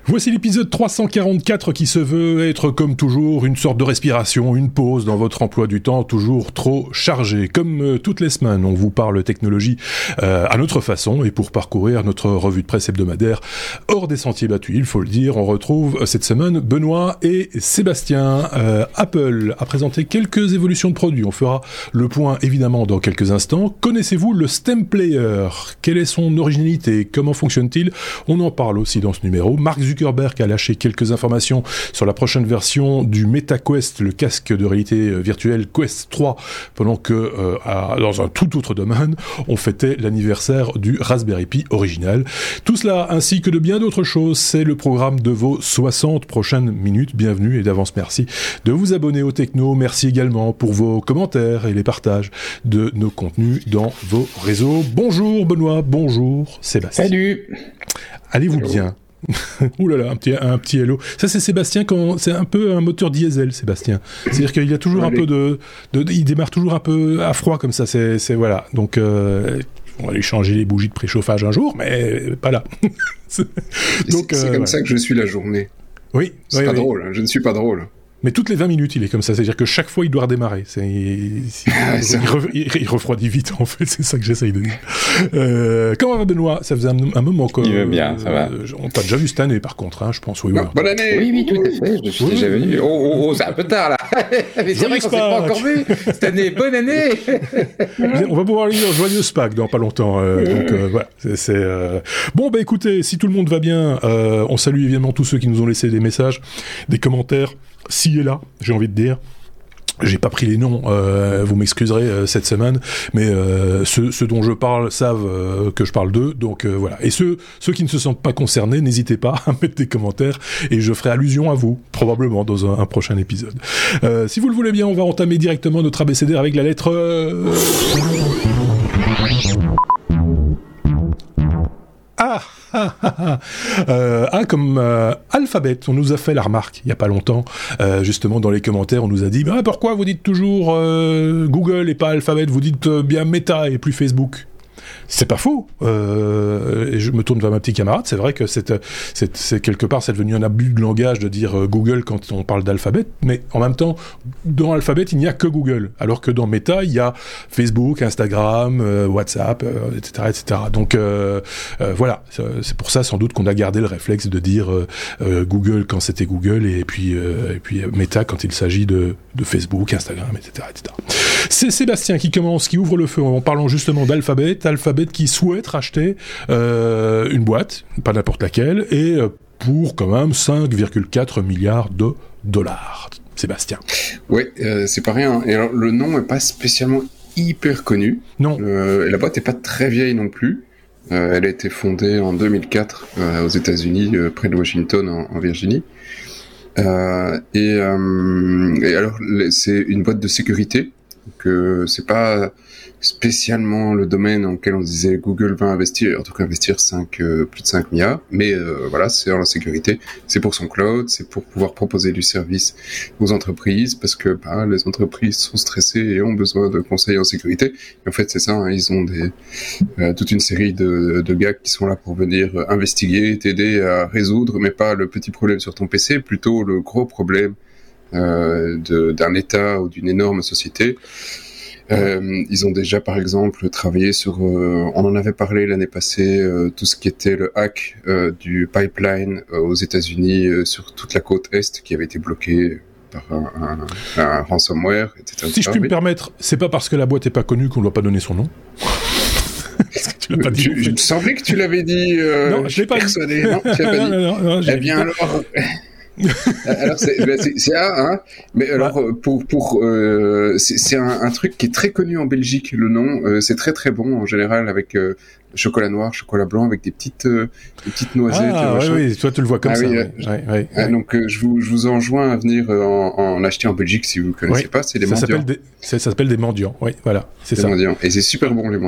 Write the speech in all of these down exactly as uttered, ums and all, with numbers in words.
Voici l'épisode trois cent quarante-quatre qui se veut être comme toujours une sorte de respiration, une pause dans votre emploi du temps toujours trop chargé. Comme euh, toutes les semaines, on vous parle technologie euh, à notre façon et pour parcourir notre revue de presse hebdomadaire hors des sentiers battus, il faut le dire, on retrouve euh, cette semaine Benoît et Sébastien. Euh, Apple a présenté quelques évolutions de produits, on fera le point évidemment dans quelques instants. Connaissez-vous le Stem Player? Quelle est son originalité? Comment fonctionne-t-il? On en parle aussi dans ce numéro. Mark Zuckerberg a lâché quelques informations sur la prochaine version du MetaQuest, le casque de réalité virtuelle Quest trois, pendant que, euh, à, dans un tout autre domaine, on fêtait l'anniversaire du Raspberry Pi original. Tout cela, ainsi que de bien d'autres choses, c'est le programme de vos soixante prochaines minutes. Bienvenue et d'avance merci de vous abonner au Techno. Merci également pour vos commentaires et les partages de nos contenus dans vos réseaux. Bonjour Benoît, bonjour Sébastien. Salut. Allez-vous hello. Bien? Ouh là là, un petit, un petit hello. Ça c'est Sébastien quand c'est un peu un moteur diesel, Sébastien. C'est-à-dire qu'il y a toujours Allez. un peu de, de, il démarre toujours un peu à froid comme ça. C'est, c'est voilà. Donc euh, on va lui changer les bougies de préchauffage un jour, mais pas là. c'est, Donc c'est euh, comme ouais. ça que je suis la journée. Oui. C'est oui, pas oui. drôle. Hein, je ne suis pas drôle. Mais toutes les vingt minutes, il est comme ça. C'est-à-dire que chaque fois, il doit redémarrer. C'est, il, ah, il, il, re, il, il refroidit vite, en fait. C'est ça que j'essaye de dire. Euh, comment va Benoît? Ça faisait un, un moment que... Il va bien, euh, ça va. On t'a déjà vu cette année, par contre, hein, je pense. Oui, non, ouais. Bonne année. Oui, oui, tout à fait. Je suis oui, déjà venu. Oh, oh, oh, c'est un peu tard, là. Mais c'est vrai qu'on s'est pas encore vu. Cette année, bonne année. On va pouvoir lire Joyeuse Pâques dans pas longtemps. Euh, donc, euh, voilà. C'est, c'est, euh... Bon, bah écoutez, si tout le monde va bien, euh, on salue évidemment tous ceux qui nous ont laissé des messages, des commentaires, ci et là, j'ai envie de dire. J'ai pas pris les noms, euh, vous m'excuserez euh, cette semaine, mais euh, ceux, ceux dont je parle savent euh, que je parle d'eux, donc euh, voilà. Et ceux, ceux qui ne se sentent pas concernés, n'hésitez pas à mettre des commentaires et je ferai allusion à vous, probablement dans un, un prochain épisode. Euh, si vous le voulez bien, on va entamer directement notre abécédaire avec la lettre... Euh... Ah ah, ah, ah. Euh, ah comme euh, Alphabet, on nous a fait la remarque il y a pas longtemps, euh, justement dans les commentaires, on nous a dit ah, pourquoi vous dites toujours euh, Google et pas Alphabet, vous dites euh, bien Meta et plus Facebook. C'est pas faux. Euh, et je me tourne vers ma petite camarade. C'est vrai que c'est, c'est, c'est quelque part, c'est devenu un abus de langage de dire euh, Google quand on parle d'Alphabet. Mais en même temps, dans Alphabet, il n'y a que Google. Alors que dans Meta, il y a Facebook, Instagram, euh, WhatsApp, euh, et cetera, et cetera. Donc euh, euh, voilà. C'est pour ça sans doute qu'on a gardé le réflexe de dire euh, euh, Google quand c'était Google et puis euh, et puis Meta quand il s'agit de, de Facebook, Instagram, et cetera, et cetera. C'est Sébastien qui commence, qui ouvre le feu en parlant justement d'Alphabet. Alphabet qui souhaite racheter euh, une boîte, pas n'importe laquelle, et euh, pour quand même cinq virgule quatre milliards de dollars. Sébastien. Oui, euh, c'est pas rien. Et alors, le nom est pas spécialement hyper connu. Non. Euh, et la boîte est pas très vieille non plus. Euh, elle a été fondée en deux mille quatre euh, aux États-Unis, euh, près de Washington, en, en Virginie. Euh, et, euh, et alors, c'est une boîte de sécurité. Donc, euh, c'est pas spécialement le domaine dans lequel on disait Google va investir, en tout cas investir cinq, euh, plus de cinq milliards, mais euh, voilà, c'est dans la sécurité, c'est pour son cloud, c'est pour pouvoir proposer du service aux entreprises, parce que bah, les entreprises sont stressées et ont besoin de conseils en sécurité. Et en fait, c'est ça, hein, ils ont des, euh, toute une série de, de gars qui sont là pour venir investiguer, t'aider à résoudre, mais pas le petit problème sur ton P C, plutôt le gros problème euh, de, d'un État ou d'une énorme société. Euh, ils ont déjà, par exemple, travaillé sur, euh, on en avait parlé l'année passée, euh, tout ce qui était le hack euh, du pipeline euh, aux États-Unis euh, sur toute la côte est qui avait été bloqué par un, un, un ransomware, et cetera. Si je puis me permettre, c'est pas parce que la boîte est pas connue qu'on ne doit pas donner son nom. Tu l'as pas dit. Je, je me semblais que tu l'avais dit. Euh, non, je l'ai pas persuadé. Non, tu l'as pas dit. non, non, non, eh bien alors. alors c'est, ben c'est, c'est ah, hein, mais alors ouais. pour pour euh, c'est, c'est un, un truc qui est très connu en Belgique, le nom, euh, c'est très très bon en général avec euh, chocolat noir, chocolat blanc avec des petites euh, des petites noisettes. Ah oui, oui, toi tu le vois comme ah, ça. Oui, ouais, ouais, ouais, ah, ouais. Donc euh, je vous je vous enjoins à venir euh, en, en acheter en Belgique si vous connaissez oui, pas, c'est les ça mendiants. S'appelle des, ça s'appelle des mendiants, oui, voilà, c'est des ça. Mendiants. Et c'est super bon les mendiants.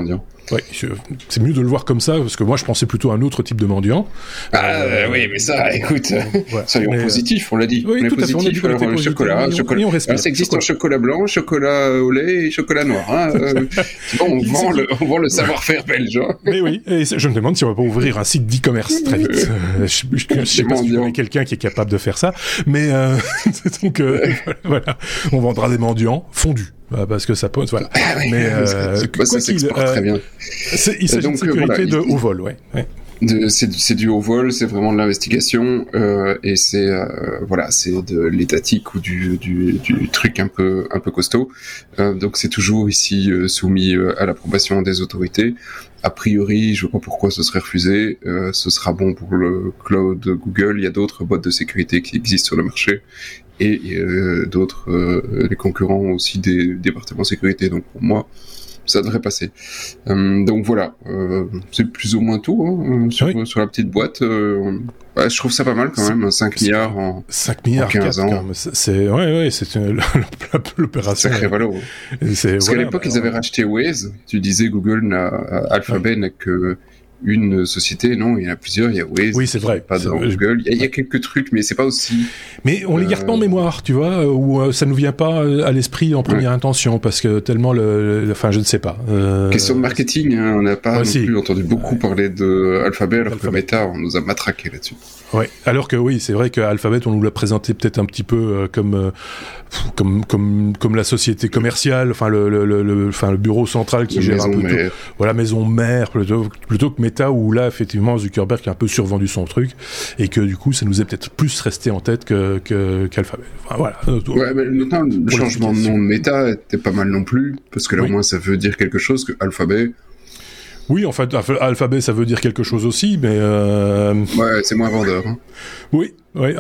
Ouais, je, c'est mieux de le voir comme ça, parce que moi je pensais plutôt à un autre type de mendiant. Ah euh, oui, mais ça, écoute, ouais, soyons mais, positifs, on l'a dit. Oui, on est tout positif, à fait, on a dit qu'on était positif, chocolat, on, chocolat. on respire, alors, ça existe chocolat. en chocolat blanc, chocolat au lait et chocolat noir. Hein. Euh, bon, on, vend le, on vend le savoir-faire belge. Hein. Mais oui, et je me demande si on va pas ouvrir un site d'e-commerce très vite. Euh, je, je, je, je sais pas si je connais quelqu'un qui est capable de faire ça, mais euh, donc euh, voilà, on vendra des mendiants fondus. Parce que ça pose, voilà. Ah oui, mais euh, bah, ça s'exporte euh, très bien. C'est, il s'agit donc, de sécurité euh, voilà, de il, haut vol, ouais. ouais. De, c'est, c'est du haut vol, c'est vraiment de l'investigation euh, et c'est euh, voilà, c'est de l'étatique ou du, du, du truc un peu un peu costaud. Euh, donc c'est toujours ici euh, soumis euh, à l'approbation des autorités. A priori, je vois pas pourquoi ce serait refusé. Euh, ce sera bon pour le cloud Google. Il y a d'autres boîtes de sécurité qui existent sur le marché. Et euh, d'autres, euh, les concurrents aussi des départements sécurité. Donc pour moi, ça devrait passer. Euh, donc voilà, euh, c'est plus ou moins tout hein, sur, oui. sur la petite boîte. Euh, ouais, je trouve ça pas mal quand c'est, même, cinq milliards en, cinq milliards, en quinze ans. C'est, c'est, ouais, ouais, c'est une, l'opération. Sacré valo. C'est, Parce voilà, qu'à l'époque, bah, ils avaient racheté Waze. Tu disais Google n'a, Alphabet ouais. n'a que une société, non, il y en a plusieurs, il y a Waze, oui, c'est vrai, pas dans Google, il y, a, il y a quelques trucs, mais c'est pas aussi... Mais on les garde pas en mémoire, tu vois, ou ça nous vient pas à l'esprit en première ouais. intention, parce que tellement le... le enfin, je ne sais pas. Euh... Question de marketing, hein, on n'a pas ouais, non si. plus entendu beaucoup ouais. parler de Alphabet, alors Alphabet. que Meta, on nous a matraqué là-dessus. Ouais. Alors que oui, c'est vrai qu'Alphabet, on nous l'a présenté peut-être un petit peu euh, comme, euh, comme comme comme la société commerciale, enfin le le le, enfin le bureau central qui la gère un peu mère. tout. Voilà, maison mère plutôt plutôt que Meta où là effectivement Zuckerberg a un peu survendu son truc et que du coup ça nous est peut-être plus resté en tête que, que qu'Alphabet. Enfin, voilà. Ouais, mais maintenant le changement de nom de Meta était pas mal non plus parce que là oui. au moins ça veut dire quelque chose que Alphabet. Oui, en fait, alphabet, ça veut dire quelque chose aussi, mais... Euh... Ouais, c'est moins vendeur. Hein. Oui, oui,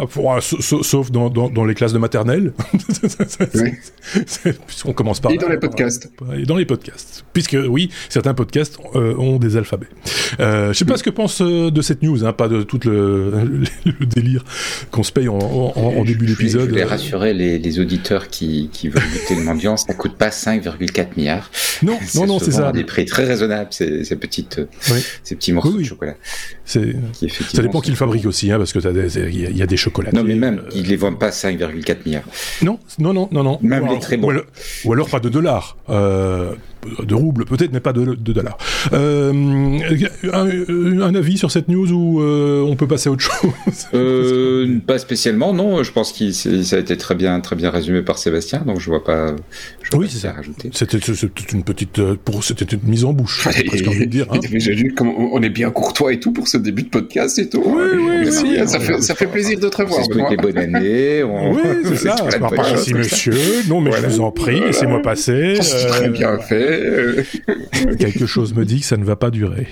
sauf dans, dans, dans les classes de maternelle. Oui. On commence par... Et dans les podcasts. Et dans les podcasts. Puisque, oui, certains podcasts euh, ont des alphabets. Euh, je sais pas oui. ce que pense euh, de cette news, hein, pas de tout le, le, le délire qu'on se paye en, en, en début je, d'épisode. Je voulais rassurer les, les auditeurs qui, qui veulent lutter de mendiance, ça coûte pas cinq virgule quatre milliards. Non, non, non, c'est ça. À des prix très raisonnables, ces, ces petites, oui. ces petits morceaux oui, oui. de chocolat. C'est, ça dépend qui le fabrique aussi, hein, parce que il y, y a des chocolats. Non, mais même, euh... ils les vendent pas cinq virgule quatre milliards. Non, non, non, non, non. Même ou les alors, très bons. Ou alors, ou alors pas de dollars. Euh, de roubles peut-être, mais pas de, de dollars. Euh, un, un avis sur cette news ou euh, on peut passer à autre chose? euh, Pas spécialement, non. Je pense que ça a été très bien, très bien résumé par Sébastien, donc je vois pas. Je vois oui, pas c'est ça. À rajouter. C'était, c'était une petite, pour, c'était une mise en bouche. J'ai presque envie de dire. Hein. J'ai vu comme on est bien courtois et tout pour ce début de podcast et tout. Oui, oui, merci. Oui, ça oui, fait, oui, ça fait plaisir de te revoir. On s'explique les bonnes années. On... Oui, c'est ça. Merci, monsieur. Non, mais voilà. Je vous en prie, laissez-moi passer. C'est très euh, bien fait. Quelque chose me dit que ça ne va pas durer.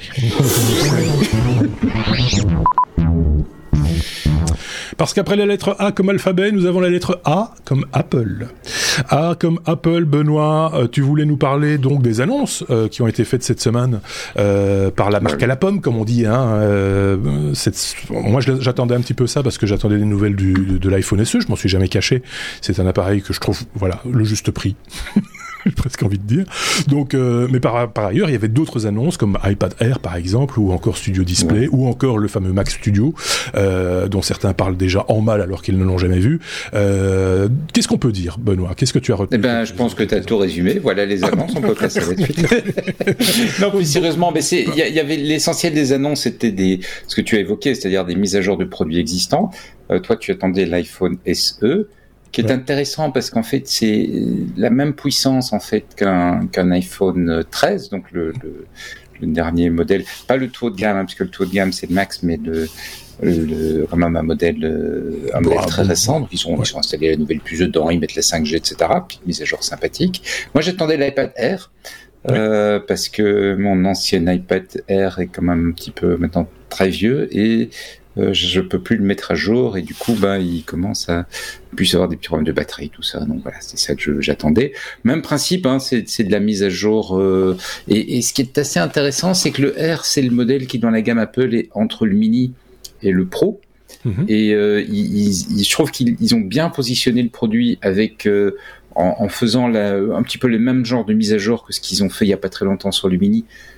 Parce qu'après la lettre A comme alphabet, nous avons la lettre A comme Apple. A comme Apple, Benoît, euh, tu voulais nous parler donc des annonces euh, qui ont été faites cette semaine euh, par la marque à la pomme, comme on dit. Hein, euh, cette... Moi, j'attendais un petit peu ça parce que j'attendais des nouvelles du, de, de l'iPhone S E. Je m'en suis jamais caché. C'est un appareil que je trouve, voilà, le juste prix. J'ai presque envie de dire. Donc, euh, mais par, par ailleurs, il y avait d'autres annonces comme iPad Air par exemple, ou encore Studio Display, ouais. ou encore le fameux Mac Studio, euh, dont certains parlent déjà en mal alors qu'ils ne l'ont jamais vu. Euh, qu'est-ce qu'on peut dire, Benoît? Qu'est-ce que tu as retenu? Eh ben, je pense que tu as tout résumé. Voilà les annonces. On peut passer à la suite. Non, plus sérieusement, mais c'est, il y, y avait l'essentiel des annonces, c'était des, ce que tu as évoqué, c'est-à-dire des mises à jour de produits existants. Euh, toi, tu attendais l'iPhone S E. Qui est ouais. intéressant parce qu'en fait c'est la même puissance en fait qu'un qu'un iPhone treize, donc le, le, le dernier modèle, pas le tout haut de gamme hein, parce que le tout haut de gamme c'est le Max, mais le, le quand même un modèle un modèle très récent. Donc ils sont ouais. ils sont installés la nouvelle puce dedans, ils mettent la cinq G, et cetera. Puis mise à jour sympathique. Moi j'attendais l'iPad Air ouais. euh, parce que mon ancien iPad Air est quand même un petit peu maintenant très vieux et Euh, je peux plus le mettre à jour et du coup ben il commence à plus avoir des petits problèmes de batterie, tout ça. Donc voilà, c'est ça que je, j'attendais. Même principe, hein, c'est, c'est de la mise à jour. Euh, et, et ce qui est assez intéressant, c'est que le R, c'est le modèle qui dans la gamme Apple est entre le Mini et le Pro. Mm-hmm. Et euh, ils, ils, je trouve qu'ils ils ont bien positionné le produit avec euh, en, en faisant la, un petit peu le même genre de mise à jour que ce qu'ils ont fait il y a pas très longtemps sur le Mini.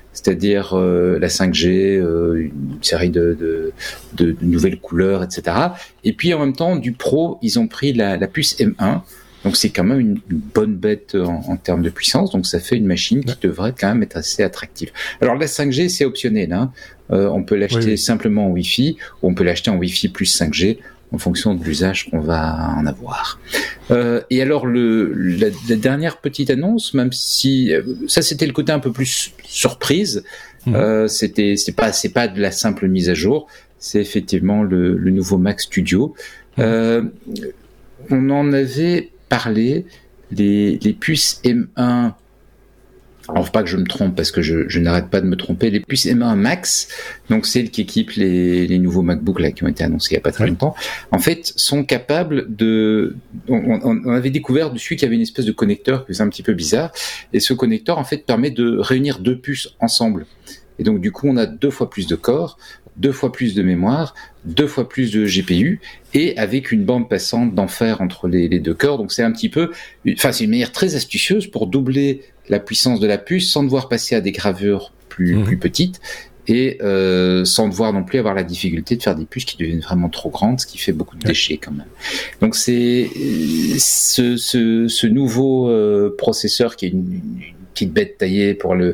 c'est-à-dire euh, la cinq G, euh, une série de, de, de, de nouvelles couleurs, et cetera. Et puis en même temps, du Pro, ils ont pris la, la puce M un. Donc c'est quand même une, une bonne bête en, en termes de puissance, donc ça fait une machine qui devrait quand même être assez attractive. Alors la cinq G c'est optionnel, hein. Euh, on peut l'acheter oui, oui. simplement en Wi-Fi, ou on peut l'acheter en Wi-Fi plus cinq G, en fonction de l'usage qu'on va en avoir. Euh, et alors le, la, la dernière petite annonce, même si ça c'était le côté un peu plus surprise, mmh. euh, c'était c'est pas c'est pas de la simple mise à jour, c'est effectivement le, le nouveau Mac Studio. Mmh. Euh, on en avait parler, les, les puces M un, alors faut pas que je me trompe parce que je, je n'arrête pas de me tromper, les puces M un Max, donc celles qui équipent les, les nouveaux MacBook là qui ont été annoncés il y a pas très oui. longtemps, en fait sont capables de, on, on avait découvert dessus qu'il y avait une espèce de connecteur qui faisait un petit peu bizarre, et ce connecteur en fait permet de réunir deux puces ensemble, et donc du coup on a deux fois plus de corps, deux fois plus de mémoire, deux fois plus de G P U, et avec une bande passante d'enfer entre les, les deux cœurs. Donc c'est un petit peu, enfin c'est une manière très astucieuse pour doubler la puissance de la puce sans devoir passer à des gravures plus, mmh. plus petites, et euh, sans devoir non plus avoir la difficulté de faire des puces qui deviennent vraiment trop grandes, ce qui fait beaucoup de déchets quand même. Donc c'est ce, ce, ce nouveau euh, processeur qui est une, une petite bête taillée pour le,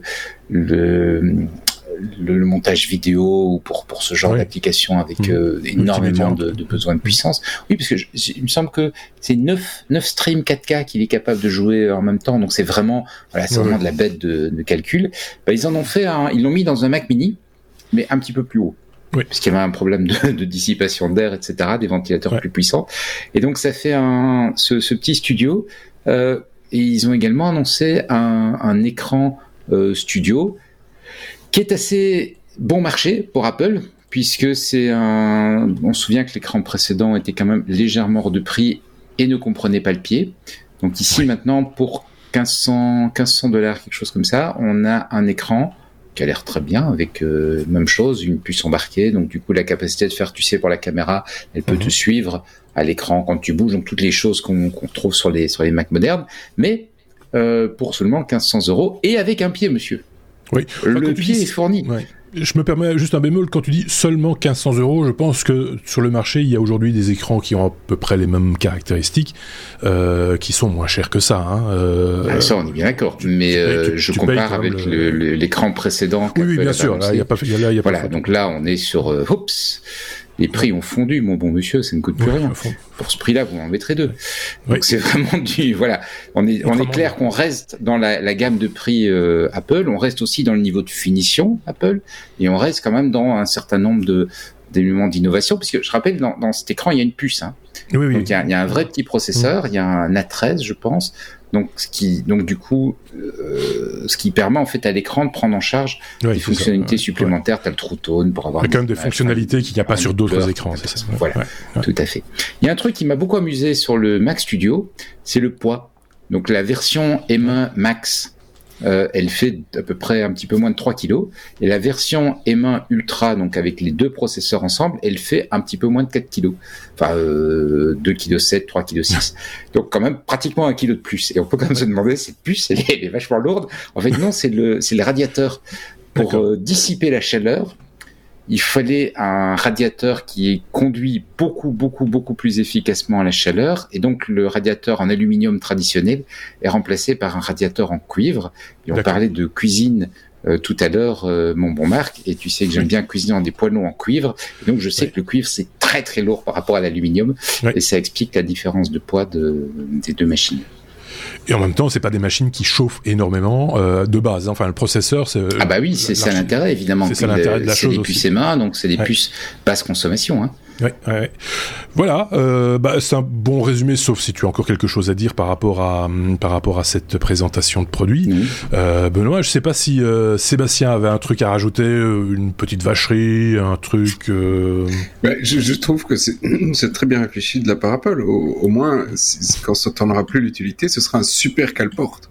le Le, le montage vidéo ou pour pour ce genre oui. d'application avec mmh. euh, énormément de, de besoins de puissance. Oui, parce que je, il me semble que c'est neuf streams quatre K qu'il est capable de jouer en même temps, donc c'est vraiment voilà, c'est oui. vraiment de la bête de, de calcul. Bah, ils en ont fait un, ils l'ont mis dans un Mac Mini, mais un petit peu plus haut. Oui. Parce qu'il y avait un problème de, de dissipation d'air, et cetera, des ventilateurs ouais. plus puissants. Et donc ça fait un ce, ce petit studio. Euh, et ils ont également annoncé un, un écran euh, studio qui est assez bon marché pour Apple, puisque c'est un, on se souvient que l'écran précédent était quand même légèrement hors de prix et ne comprenait pas le pied. Donc ici, oui. maintenant, pour quinze cents dollars, quelque chose comme ça, on a un écran qui a l'air très bien, avec euh, même chose, une puce embarquée, donc du coup la capacité de faire, tu sais, pour la caméra, elle peut mm-hmm. te suivre à l'écran quand tu bouges, donc toutes les choses qu'on, qu'on trouve sur les, sur les Mac modernes, mais euh, pour seulement quinze cents euros, et avec un pied, monsieur. Oui. Le enfin, pied dis, est fourni. Ouais. Je me permets juste un bémol, quand tu dis seulement quinze cents euros, je pense que sur le marché, il y a aujourd'hui des écrans qui ont à peu près les mêmes caractéristiques, euh, qui sont moins chers que ça. Hein. Euh, ah, ça, on est bien d'accord. Mais euh, tu, je tu compare avec le... Le, l'écran précédent. Oui, oui bien sûr. Là, il y a pas, y a, là, y a voilà, pas donc là, on est sur... Euh, oups les prix ont fondu, mon bon monsieur, ça ne coûte plus oui, rien. Pour ce prix-là, vous en mettrez deux. Donc oui. c'est vraiment du, voilà. On est, on est clair qu'on reste dans la, la gamme de prix euh, Apple, on reste aussi dans le niveau de finition Apple, et on reste quand même dans un certain nombre de d'éléments d'innovation, puisque je rappelle, dans, dans cet écran, il y a une puce. Hein. Oui, oui, donc il y, a, il y a un vrai petit processeur, mmh. il y a un A treize, je pense. Donc, ce qui, donc du coup, euh, ce qui permet en fait à l'écran de prendre en charge ouais, des fonctionnalités ça, ouais, supplémentaires, ouais. t'as le True Tone pour avoir. Il y a quand même des fonctionnalités qu'il n'y a pas sur d'autres peur, écrans. C'est ça. Voilà, ouais, ouais. tout à fait. Il y a un truc qui m'a beaucoup amusé sur le Mac Studio, c'est le poids. Donc la version M un Max, euh, elle fait à peu près un petit peu moins de trois kilos, et la version M un Ultra, donc avec les deux processeurs ensemble, elle fait un petit peu moins de quatre kilos. Enfin, euh, deux virgule sept kilos, trois virgule six kilos. Donc, quand même, pratiquement un kilo de plus. Et on peut quand même se demander, cette puce, elle est, elle est vachement lourde. En fait, non, c'est le, c'est le radiateur. Pour euh, dissiper la chaleur, il fallait un radiateur qui est conduit beaucoup, beaucoup, beaucoup plus efficacement à la chaleur. Et donc, le radiateur en aluminium traditionnel est remplacé par un radiateur en cuivre. Et on D'accord. parlait de cuisine Euh, tout à l'heure, euh, mon bon Marc, et tu sais que j'aime oui. bien cuisiner dans des poêlons en cuivre, et donc je sais oui. que le cuivre c'est très très lourd par rapport à l'aluminium, oui. et ça explique la différence de poids de, des deux machines. Et en même temps, c'est pas des machines qui chauffent énormément euh, de base. Hein. Enfin, le processeur, c'est ah bah oui, c'est ça l'intérêt évidemment. C'est ça l'intérêt de la c'est chose des puces M un, donc c'est des ouais. puces basse consommation. Hein. Ouais, ouais. Voilà, euh, bah, c'est un bon résumé, sauf si tu as encore quelque chose à dire par rapport à par rapport à cette présentation de produit. Mmh. Euh, Benoît, je sais pas si euh, Sébastien avait un truc à rajouter, une petite vacherie, un truc. Euh... Bah, je, je trouve que c'est, c'est très bien réfléchi de la part Apple. Au, au moins, quand ça n'en aura plus l'utilité, ce sera un super cale-porte.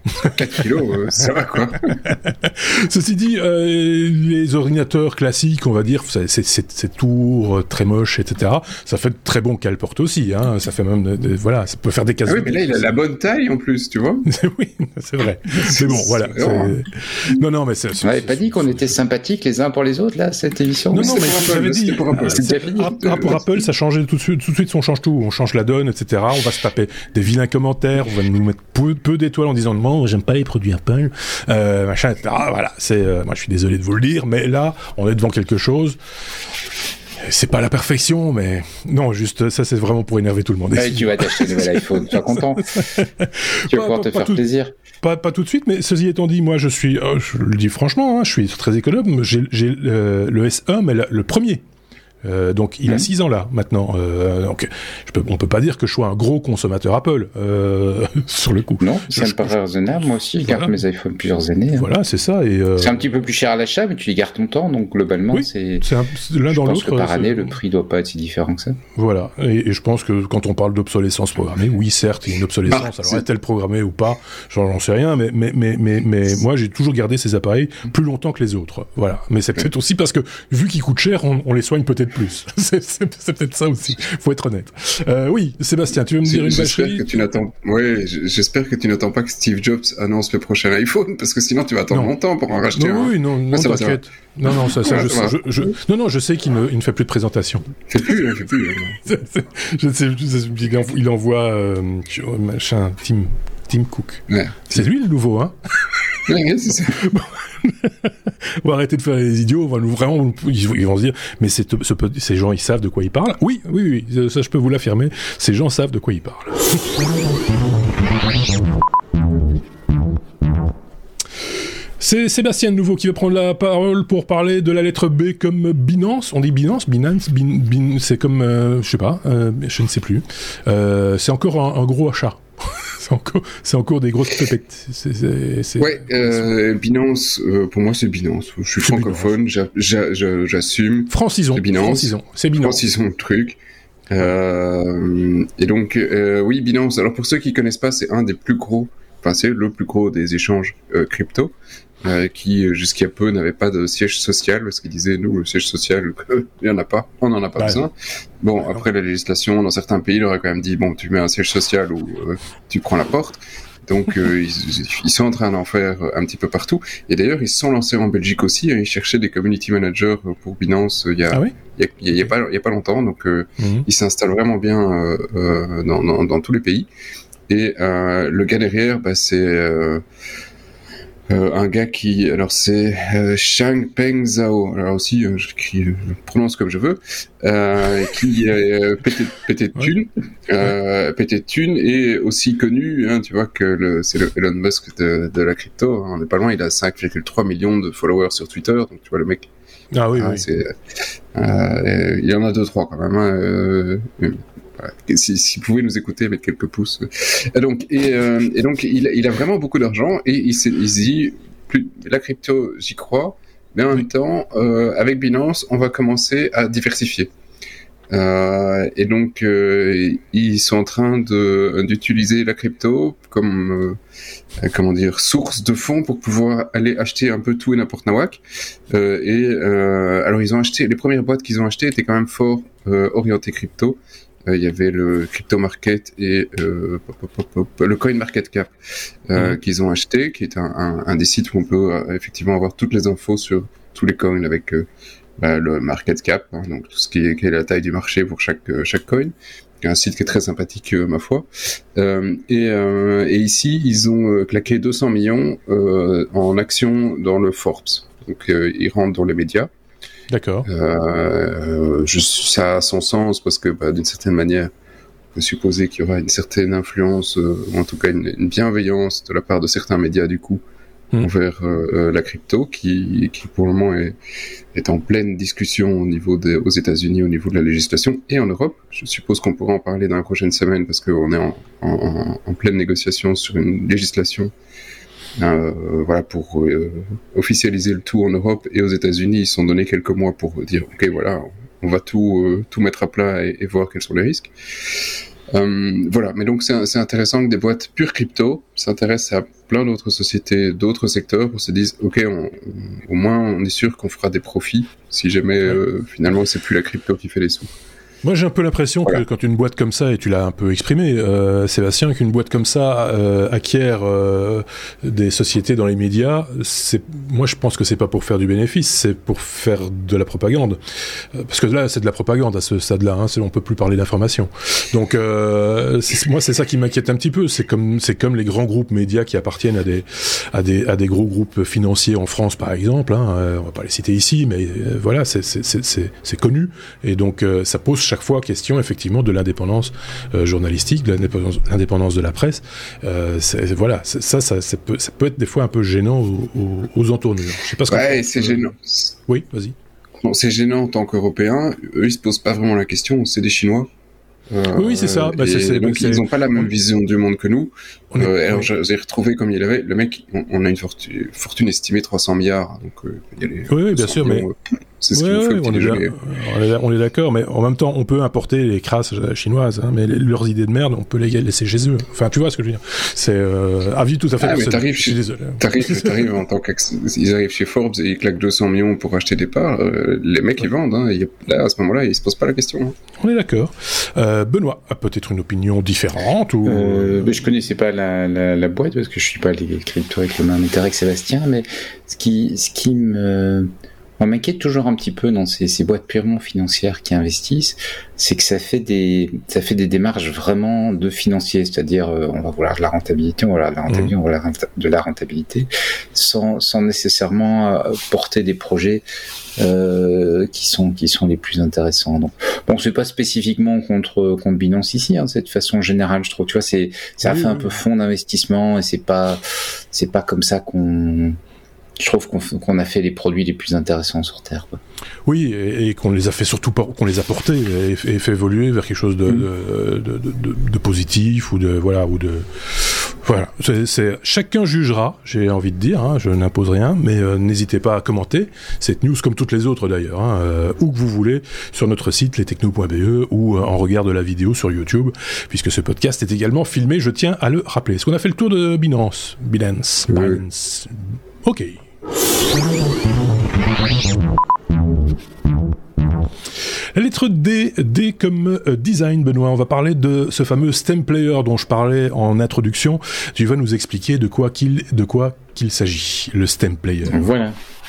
quatre kilos, euh, ça va quoi. Ceci dit, euh, les ordinateurs classiques, on va dire, c'est, c'est, c'est, c'est tout très moche, et cetera. Ça fait de très bons cale-portes aussi, hein. Ça fait même, de, de, voilà, ça peut faire des cases. Ah oui, mais là, il a la bonne taille en plus, tu vois. Oui, c'est vrai. Mais bon, voilà. C'est... Non, non, mais c'est. On n'avait pas dit qu'on était sympathiques les uns pour les autres là, cette émission. Non, non, mais j'avais dit. Pour Apple. C'est déjà fini. Pour Apple, ça changeait tout de suite. Tout de suite, on change tout, on change la donne, et cetera. On va se taper des vilains commentaires, on va nous mettre peu, peu d'étoiles en disant non, j'aime pas les produits Apple, euh, machin, et cetera. Voilà, c'est, euh, moi je suis désolé de vous le dire, mais là, on est devant quelque chose. C'est pas la perfection, mais non, juste ça, c'est vraiment pour énerver tout le monde. Ouais, tu vas t'acheter un nouvel iPhone, tu es content. Tu vas pouvoir te faire tout, plaisir. Pas, pas tout de suite, mais ceci étant dit, moi je suis, euh, je le dis franchement, hein, je suis très économe. J'ai, j'ai euh, le S un, mais la, le premier. Euh, donc il mmh. a six ans là maintenant. Euh, donc je peux, on peut pas dire que je sois un gros consommateur Apple euh, sur le coup. Non, ça me paraît raisonnable. Moi aussi, je garde voilà. mes iPhones plusieurs années. Hein. Voilà, c'est ça. Et euh... c'est un petit peu plus cher à l'achat, mais tu les gardes ton temps. Donc globalement, oui, c'est, c'est, un, c'est l'un je dans pense l'autre. Que par c'est... année, le prix doit pas être si différent que ça. Voilà. Et, et je pense que quand on parle d'obsolescence programmée, oui, certes, il y a une obsolescence. Ah, alors est-elle programmée ou pas, j'en, j'en sais rien. Mais mais mais mais mais moi, j'ai toujours gardé ces appareils plus longtemps que les autres. Voilà. Mais c'est peut-être aussi parce que vu qu'ils coûtent cher, on, on les soigne peut-être plus. c'est, c'est, c'est peut-être ça aussi, faut être honnête. Euh, oui, Sébastien, tu veux me dire une j'espère bâcherie que tu n'attends... Oui, j'espère que tu n'attends pas que Steve Jobs annonce le prochain iPhone, parce que sinon tu vas attendre non. longtemps pour en racheter non, un. Oui, non, non, ah, t'inquiète. Non, non, ça, ça, ah, je, ça je, je, non, non, je sais qu'il ne, il ne fait plus de présentation. Il fait plus, il fait plus. je sais, il envoie, euh, machin, Tim, Tim Cook. Ouais. C'est lui le nouveau, hein? Ouais, c'est ça. On va arrêter de faire les idiots, on va nous vraiment, ils vont se dire, mais c'est, ce, ces gens, ils savent de quoi ils parlent. Oui, oui, oui, ça je peux vous l'affirmer, ces gens savent de quoi ils parlent. C'est Sébastien de nouveau qui va prendre la parole pour parler de la lettre B comme Binance. On dit Binance, Binance, bin, bin, c'est comme, euh, je sais pas, euh, je ne sais plus. Euh, c'est encore un, un gros achat. C'est encore, c'est encore des grosses pépettes. C'est, c'est, c'est... Ouais, euh, Binance, euh, pour moi c'est Binance. Je suis c'est francophone, j'a, j'a, j'a, j'assume. Francisons. C'est Binance. Francisons. C'est Binance. Francisons le truc. Euh, et donc, euh, oui, Binance. Alors pour ceux qui connaissent pas, c'est un des plus gros, enfin c'est le plus gros des échanges euh, crypto. Euh, qui jusqu'à peu n'avait pas de siège social parce qu'ils disaient nous le siège social euh, il y en a pas, on en a pas ouais. besoin. Bon ouais. Après la législation dans certains pays il aurait quand même dit bon tu mets un siège social ou euh, tu prends la porte. Donc euh, ils, ils sont en train d'en faire un petit peu partout. Et d'ailleurs ils se sont lancés en Belgique aussi. Hein, ils cherchaient des community managers pour Binance il y a ah oui il y a, il y a, il y a pas il y a pas longtemps. Donc euh, mm-hmm. ils s'installent vraiment bien euh, euh, dans, dans dans tous les pays. Et euh, le gars derrière bah c'est euh, Euh, un gars qui, alors c'est euh, Shang Peng Zhao, alors aussi euh, je, je prononce comme je veux, euh, qui euh, pétait, pétait de thunes, euh, pétait de thunes et aussi connu, hein, tu vois que le, c'est le Elon Musk de, de la crypto, hein, on est pas loin, il a cinq virgule trois millions de followers sur Twitter, donc tu vois le mec. Ah oui, ah, oui. C'est, euh, il y en a deux trois quand même. Hein, euh, Si, si vous pouvez nous écouter, mettre quelques pouces. Et donc, et, euh, et donc, il, il a vraiment beaucoup d'argent et il, s'est, il se dit, plus, la crypto, j'y crois, mais en oui. même temps, euh, avec Binance, on va commencer à diversifier. Euh, et donc, euh, ils sont en train de, d'utiliser la crypto comme, euh, comment dire, source de fonds pour pouvoir aller acheter un peu tout et n'importe nawak. Euh, et euh, alors, ils ont acheté, les premières boîtes qu'ils ont achetées étaient quand même fort euh, orientées crypto. Il euh, y avait le Crypto Market et euh, pop, pop, pop, le Coin Market Cap euh, mmh. qu'ils ont acheté, qui est un, un, un des sites où on peut euh, effectivement avoir toutes les infos sur tous les coins avec euh, bah, le Market Cap, hein, donc tout ce qui est, qui est la taille du marché pour chaque euh, chaque coin. C'est un site qui est très sympathique, euh, ma foi. Euh, et, euh, et ici, ils ont euh, claqué deux cents millions euh, en actions dans le Forbes. Donc, euh, ils rentrent dans les médias. D'accord. Euh, je, ça a son sens parce que bah, d'une certaine manière, on peut supposer qu'il y aura une certaine influence, euh, ou en tout cas une, une bienveillance de la part de certains médias du coup mmh. envers euh, la crypto, qui, qui pour le moment est, est en pleine discussion au niveau des, aux États-Unis, au niveau de la législation et en Europe. Je suppose qu'on pourra en parler dans la prochaine semaine parce qu'on est en, en, en pleine négociation sur une législation. Euh, voilà, pour euh, officialiser le tout en Europe et aux États-Unis, ils se sont donné quelques mois pour dire ok, voilà, on va tout euh, tout mettre à plat et, et voir quels sont les risques. Euh, voilà, mais donc c'est, c'est intéressant que des boîtes pure crypto s'intéressent à plein d'autres sociétés, d'autres secteurs, pour se dire, ok, on, on, au moins on est sûr qu'on fera des profits si jamais ouais. euh, finalement c'est plus la crypto qui fait les sous. Moi, j'ai un peu l'impression voilà. que quand une boîte comme ça, et tu l'as un peu exprimé, euh, Sébastien, qu'une boîte comme ça euh, acquiert euh, des sociétés dans les médias, c'est, moi, je pense que c'est pas pour faire du bénéfice, c'est pour faire de la propagande. Euh, parce que là, c'est de la propagande à ce stade-là. Hein, c'est, on peut plus parler d'information. Donc, euh, c'est, moi, c'est ça qui m'inquiète un petit peu. C'est comme, c'est comme les grands groupes médias qui appartiennent à des, à des, à des gros groupes financiers en France, par exemple. Hein, euh, on va pas les citer ici, mais euh, voilà, c'est, c'est, c'est, c'est, c'est connu. Et donc, euh, ça pose chaque fois question effectivement de l'indépendance euh, journalistique, de l'indépendance, l'indépendance de la presse. Euh, c'est, voilà, c'est, ça, ça, ça peut, ça peut être des fois un peu gênant aux, aux, aux entournures. Je sais pas ce que ouais, c'est euh... gênant. Oui, vas-y. Bon, c'est gênant en tant qu'Européens. Eux, ils se posent pas vraiment la question. C'est des Chinois. Euh, oui, oui, c'est ça. Bah, c'est, c'est, donc c'est... ils n'ont pas la même vision du monde que nous. Est... Euh, alors oui. J'ai retrouvé comme il avait le mec. On, on a une fortune, fortune estimée trois cents milliards. Donc euh, il y a les oui, oui, bien sûr, millions, mais euh, c'est ce ouais, qui nous fait ouais, on, est bien, on, est, on est d'accord, mais en même temps, on peut importer les crasses chinoises, hein, mais les, leurs idées de merde, on peut les laisser chez eux. Enfin, tu vois ce que je veux dire. C'est euh, avis tout à fait. Ah, mais t'arrives, chez, t'arrives, t'arrives en tant qu'ils arrivent chez Forbes et ils claquent deux cents millions pour acheter des parts. Euh, les mecs ils vendent. Hein, et là, à ce moment-là, ils se posent pas la question. Hein. On est d'accord. Euh, Benoît a peut-être une opinion différente ou. Euh, mais je connaissais pas la, la, la boîte parce que je suis pas les crypto avec le même intérêt que Sébastien, mais ce qui, ce qui me On m'inquiète toujours un petit peu dans ces, ces boîtes purement financières qui investissent, c'est que ça fait des, ça fait des démarches vraiment de financiers, c'est-à-dire euh, on va vouloir de la rentabilité, on va vouloir de la rentabilité, mmh. on va vouloir de la rentabilité, sans, sans nécessairement euh, porter des projets euh, qui sont, qui sont les plus intéressants. Donc, bon, c'est pas spécifiquement contre, contre Binance ici, hein, cette façon générale, je trouve, tu vois, c'est, ça a oui, fait oui. un peu fonds d'investissement et c'est pas, c'est pas comme ça qu'on je trouve qu'on, qu'on a fait les produits les plus intéressants sur Terre, quoi. Oui, et, et qu'on les a fait surtout pas, qu'on les a portés et, et fait évoluer vers quelque chose de, mmh. de, de, de, de positif ou de voilà ou de voilà. C'est, c'est chacun jugera, j'ai envie de dire, hein, je n'impose rien, mais euh, n'hésitez pas à commenter cette news comme toutes les autres d'ailleurs, hein, euh, où que vous voulez sur notre site lestechno point b e ou euh, en regard de la vidéo sur YouTube, puisque ce podcast est également filmé. Je tiens à le rappeler. Est-ce qu'on a fait le tour de Binance, Binance, oui. Binance. Ok. La lettre D, D comme euh, design, Benoît. On va parler de ce fameux stem player dont je parlais en introduction. Tu vas nous expliquer de quoi qu'il, de quoi qu'il s'agit, le stem player. Voilà.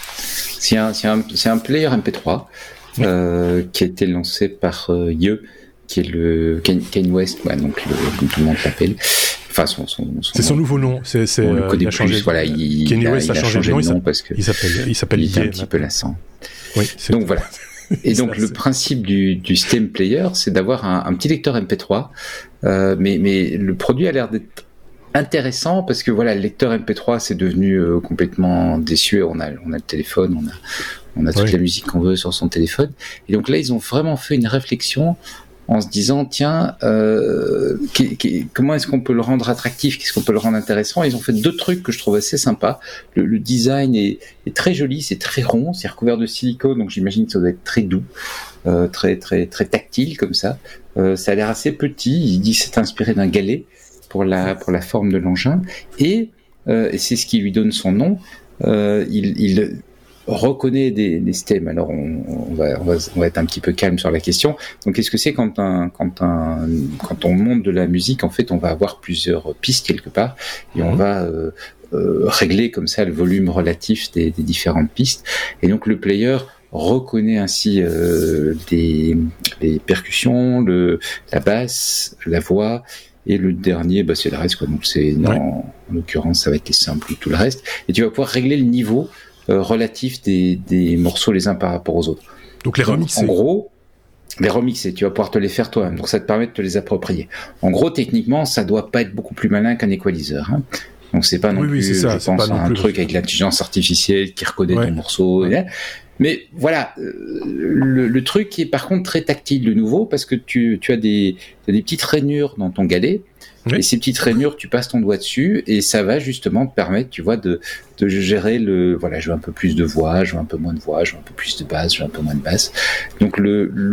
C'est un, c'est un, c'est un player M P trois euh, qui a été lancé par euh, Ye, qui est le Kanye West, ouais, donc le, comme tout le monde l'appelle. Enfin, son, son, son c'est son nouveau nom. C'est, c'est, on le connaît il a plus, changé. Voilà, il, Kanye West il a, a, a changé, changé de nom parce que il s'appelle, il s'appelle il est Ye, un petit peu lassant. Oui. C'est donc voilà. Et donc ça, le c'est... principe du, du stem player, c'est d'avoir un, un petit lecteur M P trois, euh, mais, mais le produit a l'air d'être intéressant parce que voilà, le lecteur M P trois c'est devenu euh, complètement désuet. On a, on a le téléphone, on a, on a toute oui. la musique qu'on veut sur son téléphone. Et donc là, ils ont vraiment fait une réflexion en se disant tiens, euh, qui, qui, comment est-ce qu'on peut le rendre attractif, qu'est-ce qu'on peut le rendre intéressant. Ils ont fait deux trucs que je trouve assez sympas. Le, le design est, est très joli, c'est très rond, c'est recouvert de silicone, donc j'imagine que ça doit être très doux, euh, très très très tactile comme ça. Euh, ça a l'air assez petit. Il dit que c'est inspiré d'un galet pour la pour la forme de l'engin et, euh, et c'est ce qui lui donne son nom. Euh, il, il reconnaît des, des stems. Alors on, on, va, on, va, on va être un petit peu calme sur la question. Donc qu'est-ce que c'est quand, un, quand, un, quand on monte de la musique? En fait, on va avoir plusieurs pistes quelque part et on va euh, euh, régler comme ça le volume relatif des, des différentes pistes. Et donc le player reconnaît ainsi euh, des, les percussions, le, la basse, la voix. Et le dernier, bah, c'est le reste, quoi. Donc c'est, ouais. en, en l'occurrence, ça va être les samples ou tout le reste. Et tu vas pouvoir régler le niveau Euh, relatif des, des morceaux les uns par rapport aux autres. Donc les remixer. En gros, les remixer, tu vas pouvoir te les faire toi-même. Donc ça te permet de te les approprier. En gros, techniquement, ça doit pas être beaucoup plus malin qu'un equalizer. Hein. Donc c'est pas non oui, plus, oui, c'est ça, je pense, un plus truc avec l'intelligence artificielle qui reconnaît ouais. ton morceau. Ouais. Mais voilà, euh, le, le truc qui est par contre très tactile, le nouveau, parce que tu, tu as des, tu as des petites rainures dans ton galet. Oui. Et ces petites rainures, tu passes ton doigt dessus et ça va justement te permettre, tu vois, de, de gérer le, voilà, je veux un peu plus de voix, je veux un peu moins de voix, je veux un peu plus de basse, je veux un peu moins de basse. Donc le, le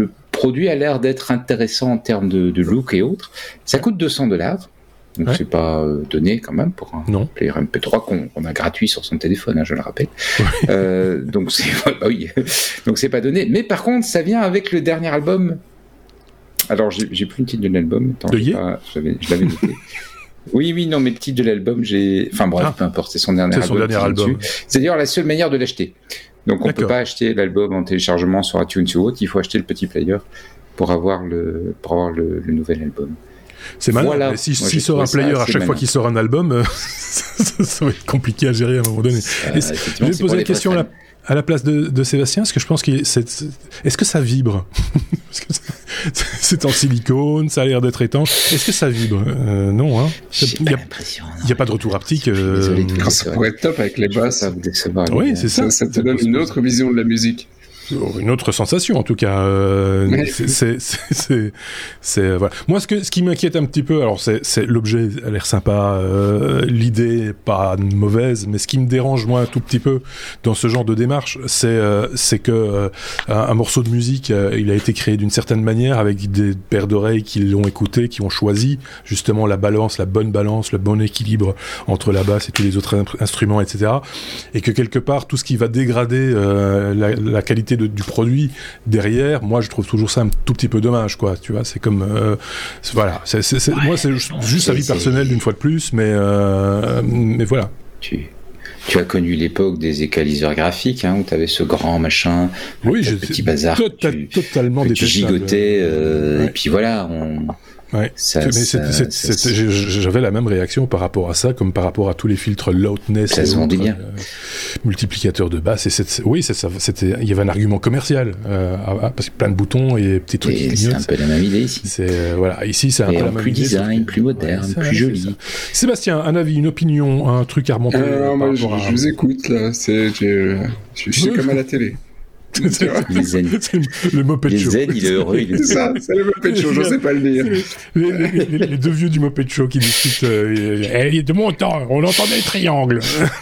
produit a l'air d'être intéressant en termes de, de look et autres. Ça coûte deux cents dollars. Donc ouais. c'est pas euh, donné quand même pour un non. player M P trois qu'on, qu'on a gratuit sur son téléphone, hein, je le rappelle. Ouais. Euh, donc c'est bah oui, donc c'est pas donné. Mais par contre, ça vient avec le dernier album. Alors j'ai, j'ai plus le titre de l'album. Attends, de pas, j'avais, je l'avais noté. Oui, oui, non, mais le titre de l'album, j'ai. Enfin bref, ah. peu importe, c'est son dernier c'est album. Son dernier album. C'est d'ailleurs la seule manière de l'acheter. Donc on D'accord. peut pas acheter l'album en téléchargement sur iTunes ou autre. Il faut acheter le petit player pour avoir le pour avoir le, le nouvel album. C'est malin. Voilà. Si, si sort un player à chaque malin. fois qu'il sort un album, euh, ça, ça va être compliqué à gérer à un moment donné. Euh, je vais poser la question à la, à la place de, de Sébastien, parce que je pense qu'il c'est, c'est, est-ce que ça vibre? Parce que c'est, c'est en silicone, ça a l'air d'être étanche. Est-ce que ça vibre? euh, Non, hein. Il n'y a, a pas de retour haptique. Euh... Désolé, euh... Ça pourrait être top avec les basses. Oui, c'est ça. Ça, ça te donne une autre vision de la musique. Une autre sensation en tout cas. Euh, c'est, c'est, c'est, c'est, c'est voilà. Moi, ce que ce qui m'inquiète un petit peu, alors c'est, c'est l'objet a l'air sympa, euh, l'idée est pas mauvaise, mais ce qui me dérange moi un tout petit peu dans ce genre de démarche, c'est euh, c'est que euh, un, un morceau de musique, euh, il a été créé d'une certaine manière avec des paires d'oreilles qui l'ont écouté, qui ont choisi justement la balance, la bonne balance, le bon équilibre entre la basse et tous les autres instruments, et cetera. Et que quelque part tout ce qui va dégrader euh, la, la qualité de du produit derrière, moi je trouve toujours ça un tout petit peu dommage, quoi, tu vois, c'est comme euh, c'est, voilà, c'est, c'est, c'est, ouais, moi c'est juste, juste avis personnel d'une fois de plus, mais euh, mais voilà. Tu Tu as connu l'époque des équaliseurs graphiques, hein, où tu avais ce grand machin, oui, ce petit bazar, tota- tu, totalement que tu gigotais, euh, ouais. Et puis voilà, on... Ouais. Ça, mais ça, c'est, c'est, ça, c'est, j'avais la même réaction par rapport à ça, comme par rapport à tous les filtres loudness, ça se vendait bien. Euh, multiplicateurs de basse. Et c'est, oui, c'est, ça, c'était, il y avait un argument commercial, euh, parce que plein de boutons et petits trucs. Et c'est un peu la même idée ici. C'est euh, voilà, ici c'est un et peu la même plus idée. Design, que... plus moderne, ouais, plus joli. Sébastien, un avis, une opinion, un truc à remonter. Euh, moi, je, à... je vous écoute là. C'est, j'ai, je, je suis comme à la télé. Les zen. Le Muppet les Show. Zen, il est heureux. Il est c'est ça, c'est le Muppet Show, je sais pas le dire. Les, les, les, les deux vieux du Muppet Show qui discutent. Euh, eh, de mon temps, on entendait le triangle.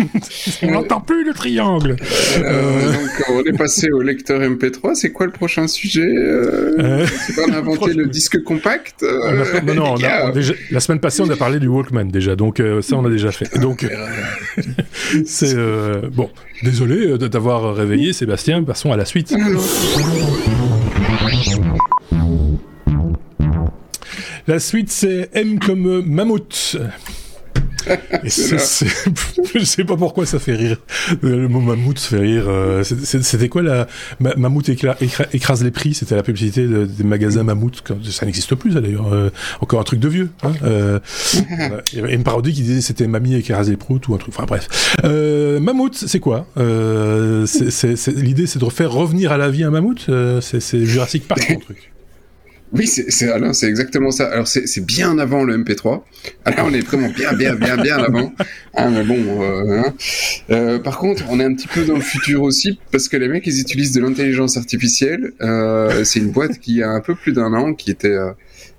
On n'entend plus le triangle. Euh, euh... Donc, on est passé au lecteur M P trois. C'est quoi le prochain sujet euh, euh... C'est pas on a inventé prochain... le disque compact euh... on a, Non, non, on a, on déjà, la semaine passée, on a parlé du Walkman déjà. Donc, euh, ça, on a déjà fait. Donc, c'est. Euh, bon, désolé de t'avoir réveillé, Sébastien. Passons à la suite. La suite, c'est M comme mammouth. Et c'est, c'est, je sais pas pourquoi ça fait rire. Le mot mammouth fait rire. C'était quoi la ma, mammouth écla, écra, écrase les prix? C'était la publicité de, des magasins mammouth. Ça n'existe plus, ça d'ailleurs. Euh, encore un truc de vieux. Hein. Euh, il y avait une parodie qui disait c'était mamie écrase les proutes ou un truc. Enfin bref. Euh, mammouth, c'est quoi euh, c'est, c'est, c'est, l'idée, c'est de faire revenir à la vie un mammouth. Euh, c'est, c'est Jurassic Park, mon truc. Oui, c'est, c'est, alors, c'est exactement ça. Alors, c'est, c'est bien avant le M P trois. Alors, on est vraiment bien, bien, bien, bien avant. Hein, mais bon, euh, hein. Euh, par contre, on est un petit peu dans le futur aussi, parce que les mecs, ils utilisent de l'intelligence artificielle. Euh, c'est une boîte qui a un peu plus d'un an, qui était euh,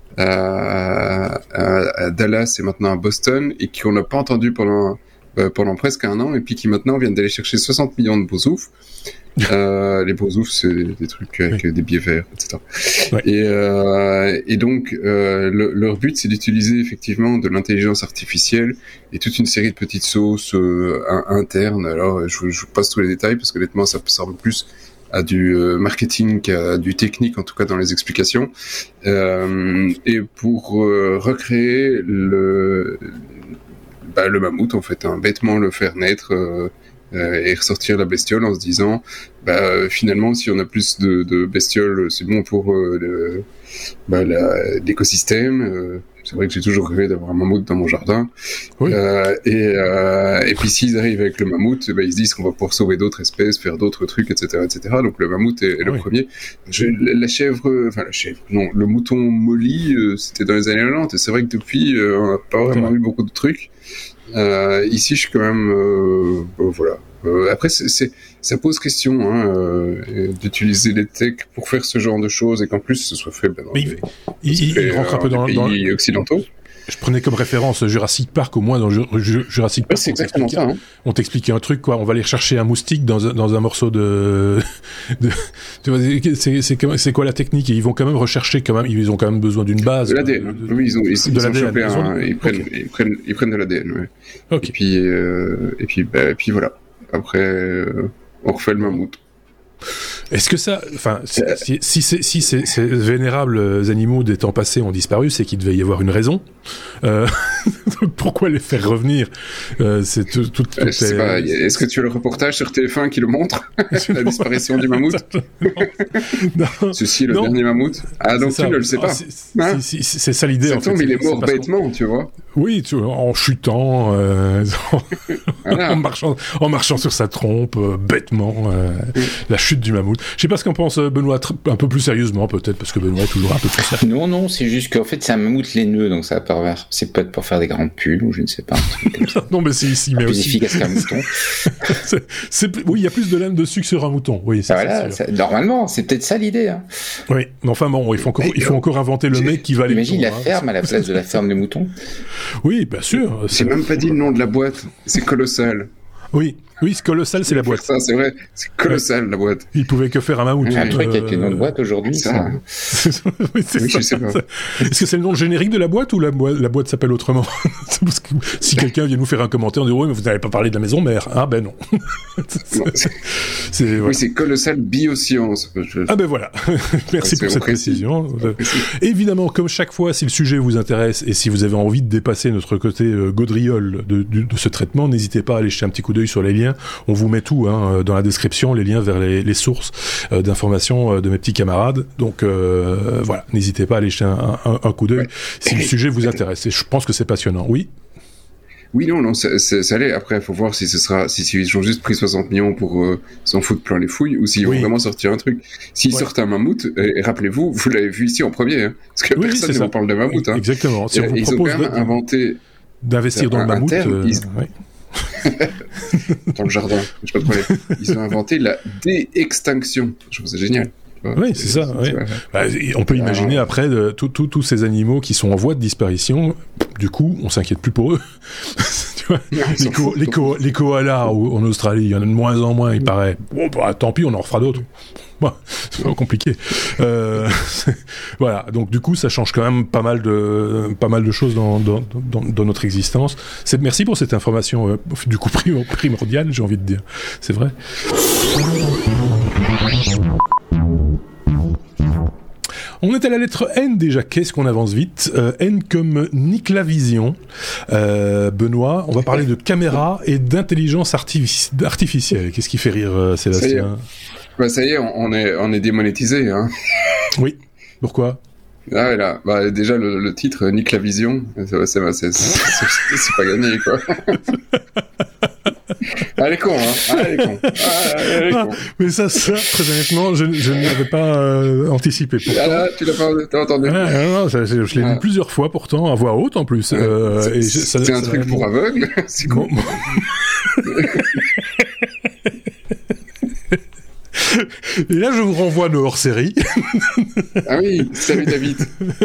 à, à Dallas et maintenant à Boston, et qu'on n'a pas entendu pendant euh, pendant presque un an, et puis qui maintenant viennent d'aller chercher soixante millions de bousoufs. euh, les bousoufs, c'est des trucs avec oui. des biais verts, et cetera. Ouais. Et, euh, et donc, euh, le, leur but, c'est d'utiliser effectivement de l'intelligence artificielle et toute une série de petites sauces euh, internes. Alors, je, je vous passe tous les détails parce que honnêtement, ça ressemble plus à du euh, marketing qu'à du technique, en tout cas dans les explications. Euh, et pour euh, recréer le, bah, le mammouth, en fait, hein, bêtement le faire naître. Euh, Euh, et ressortir la bestiole en se disant bah euh, finalement si on a plus de, de bestioles c'est bon pour euh, le, bah, la, l'écosystème euh, c'est vrai que j'ai toujours rêvé d'avoir un mammouth dans mon jardin oui. euh, et, euh, et puis s'ils arrivent avec le mammouth bah, ils se disent qu'on va pouvoir sauver d'autres espèces, faire d'autres trucs, etc., etc. Donc le mammouth est, est le oui. premier. Je, la chèvre enfin la chèvre non le mouton molly euh, c'était dans les années quatre-vingt-dix et c'est vrai que depuis euh, on n'a pas vraiment eu beaucoup de trucs. Euh, ici, je suis quand même, euh, euh, voilà. Euh, après, c'est, c'est, ça pose question hein, euh, d'utiliser les techs pour faire ce genre de choses et qu'en plus ce soit fait ben, dans Mais les, il, il, fait, il rentre un peu dans dans les pays dans... occidentaux. je prenais comme référence Jurassic Park, au moins dans Jurassic Park. Ouais, c'est exactement ça. Hein. On t'expliquait un truc, quoi. On va aller chercher un moustique dans un, dans un morceau de, de tu vois, c'est, c'est, c'est quoi la technique? Et ils vont quand même rechercher, quand même, ils ont quand même besoin d'une base. De l'A D N. De, oui, ils ont, ils, ils ont chopé un, ils prennent, okay. ils prennent, ils prennent de l'A D N, ouais. Okay. Et puis, euh, et puis, bah, et puis voilà. Après, euh, on refait le mammouth. Est-ce que ça, enfin, si, si, si, si, si ces, ces vénérables animaux des temps passés ont disparu, c'est qu'il devait y avoir une raison. Euh, pourquoi les faire revenir? euh, C'est tout. tout, tout Je sais est... pas. Est-ce que tu as le reportage sur T F un qui le montre, la disparition du mammouth? Non. Ceci, le non. dernier mammouth. Ah donc tu ne le sais pas. C'est, hein c'est, c'est, c'est ça l'idée. Ça en tombe, fait. il est mort bêtement, tu vois. Oui, tu vois, en chutant, euh, voilà. en marchant, en marchant sur sa trompe, euh, bêtement, euh, oui. La chute du mammouth. Je sais pas ce qu'en pense Benoît, un peu plus sérieusement peut-être, parce que Benoît est toujours un peu plus sérieux. Non, non, c'est juste qu'en fait c'est un mammouth laineux, donc ça va pervers. C'est peut-être pour faire des grandes pulls, ou je ne sais pas. Non, mais c'est ici, mais plus aussi. efficace qu'un mouton. c'est, c'est, oui, il y a plus de laine dessus que sur un mouton. Oui, c'est ah, voilà, ça, normalement, c'est peut-être ça l'idée. Hein. Oui, mais enfin bon, il faut encore, il faut encore inventer le mec qui va aller. Imagine la hein, ferme à la place de la ferme de moutons. Oui, bien sûr. C'est... J'ai même pas dit le nom de la boîte. C'est colossal. Oui, oui, c'est colossal, c'est la boîte. Ça, c'est vrai, c'est colossal, ouais. La boîte. Il pouvait que faire un mammouth. Un truc euh... avec les noms de boîte aujourd'hui, ça. ça. oui, c'est oui, ça, je sais pas. Ça. Est-ce que c'est le nom générique de la boîte ou la, bo- la boîte s'appelle autrement? Parce que si quelqu'un vient nous faire un commentaire, on dit oui, mais vous n'avez pas parlé de la maison mère. Ah ben non. c'est... non c'est... C'est, voilà. Oui, c'est colossal bioscience. Je... Ah ben voilà. Merci pour cette précision. Évidemment, comme chaque fois, si le sujet vous intéresse et si vous avez envie de dépasser notre côté euh, gaudriole de, de, de ce traitement, n'hésitez pas à aller jeter un petit coup d'œil sur les liens. On vous met tout hein, dans la description, les liens vers les, les sources euh, d'informations euh, de mes petits camarades. Donc euh, voilà, n'hésitez pas à aller jeter un, un, un coup d'œil ouais. si le sujet vous intéresse. Et je pense que c'est passionnant. Oui. Oui, non, non, ça, ça, ça allait. Après, il faut voir si ce sera, si, si ils ont juste pris soixante millions pour euh, s'en foutre plein les fouilles, ou s'ils oui. vont vraiment sortir un truc. S'ils ouais. sortent un mammouth, et, et rappelez-vous, vous l'avez vu ici en premier, hein, parce que oui, personne ne vous parle de mammouth. Hein. Exactement. Si et, on ils vous ont propose quand même de... inventé d'investir dans le mammouth. Terme, euh, ils... ouais. dans le jardin, j'ai pas de problème. Ils ont inventé la dé-extinction. Je trouve ça génial. Oui, c'est, c'est ça. C'est, ouais. Bah, on peut imaginer ah, après de, tout, tout, tous ces animaux qui sont en voie de disparition. Du coup, on s'inquiète plus pour eux. Tu vois, non, les, ko- les, ko- les koalas en Australie, il y en a de moins en moins, il paraît. Bon, bah, tant pis, on en refera d'autres. Bah, c'est pas compliqué. Euh, voilà. Donc du coup, ça change quand même pas mal de pas mal de choses dans dans, dans, dans notre existence. C'est, merci pour cette information. Euh, du coup, primordiale, j'ai envie de dire. C'est vrai. On est à la lettre N déjà. Qu'est-ce qu'on avance vite euh, N comme Niclavision. Euh, Benoît, on va parler de caméra et d'intelligence artifici- artificielle. Qu'est-ce qui fait rire euh, Sébastien? Bah ça y est, on est on est démonétisé, hein. Oui. Pourquoi? Ah là, bah déjà le, le titre Niclavision, c'est, c'est, c'est, c'est, c'est pas gagné quoi. Ah, elle est con, hein. Ah, elle est con. Ah, elle est con. Ah, mais ça, ça, très honnêtement, je, je ne l'avais pas euh, anticipé. Pourtant. Ah là, tu l'as pas t'as entendu. Ah, non, non, ça, je, je l'ai ah. lu plusieurs fois pourtant, à voix haute en plus. Ouais. Euh, c'est, et c'est, ça, c'est ça, un ça, truc ça, pour bon. aveugles. C'est con. Bon. Et là, je vous renvoie à nos hors-séries. Ah oui, salut David.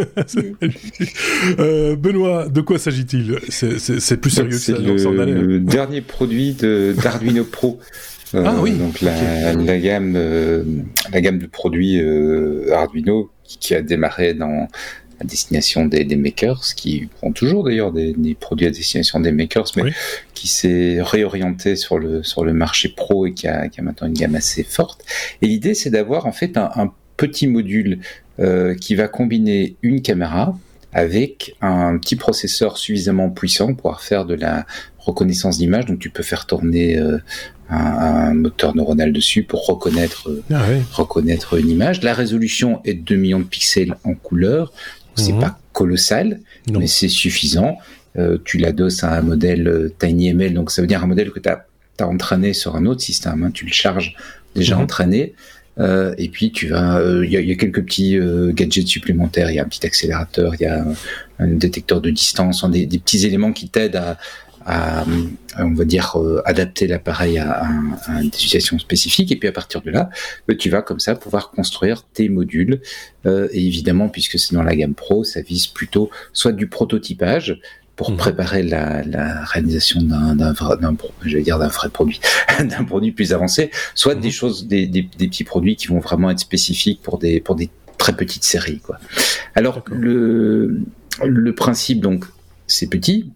euh, Benoît, de quoi s'agit-il? c'est, c'est, c'est plus sérieux c'est que ça. Le, donc, le dernier produit de, d'Arduino Pro. Euh, ah oui. Donc la, okay. la gamme, euh, la gamme de produits euh, Arduino qui, qui a démarré dans à destination des, des makers, qui prend toujours d'ailleurs des, des produits à destination des makers, mais oui. qui s'est réorienté sur le sur le marché pro et qui a, qui a maintenant une gamme assez forte. Et l'idée, c'est d'avoir en fait un, un petit module euh, qui va combiner une caméra avec un petit processeur suffisamment puissant pour pouvoir faire de la reconnaissance d'image. Donc tu peux faire tourner euh, un, un moteur neuronal dessus pour reconnaître euh, ah oui. reconnaître une image. La résolution est de deux millions de pixels en couleur. C'est mmh. pas colossal, non. mais c'est suffisant. Euh, tu l'adosses à un modèle euh, TinyML, donc ça veut dire un modèle que tu as entraîné sur un autre système. Hein. Tu le charges déjà mmh. entraîné. Euh, et puis tu vas, il euh, y, y a quelques petits euh, gadgets supplémentaires. Il y a un petit accélérateur, il y a un, un détecteur de distance, des, des petits éléments qui t'aident à, à, à on va dire, euh, adapter l'appareil à, à, à des utilisations spécifiques. Et puis à partir de là, euh, tu vas comme ça pouvoir construire tes modules. Euh, et évidemment, puisque c'est dans la gamme Pro, ça vise plutôt soit du prototypage pour mmh. préparer la, la réalisation d'un, d'un, d'un, je vais dire d'un vrai produit, d'un produit plus avancé, soit mmh. des choses, des, des, des petits produits qui vont vraiment être spécifiques pour des, pour des très petites séries, quoi. Alors, le, le principe, donc, c'est petit,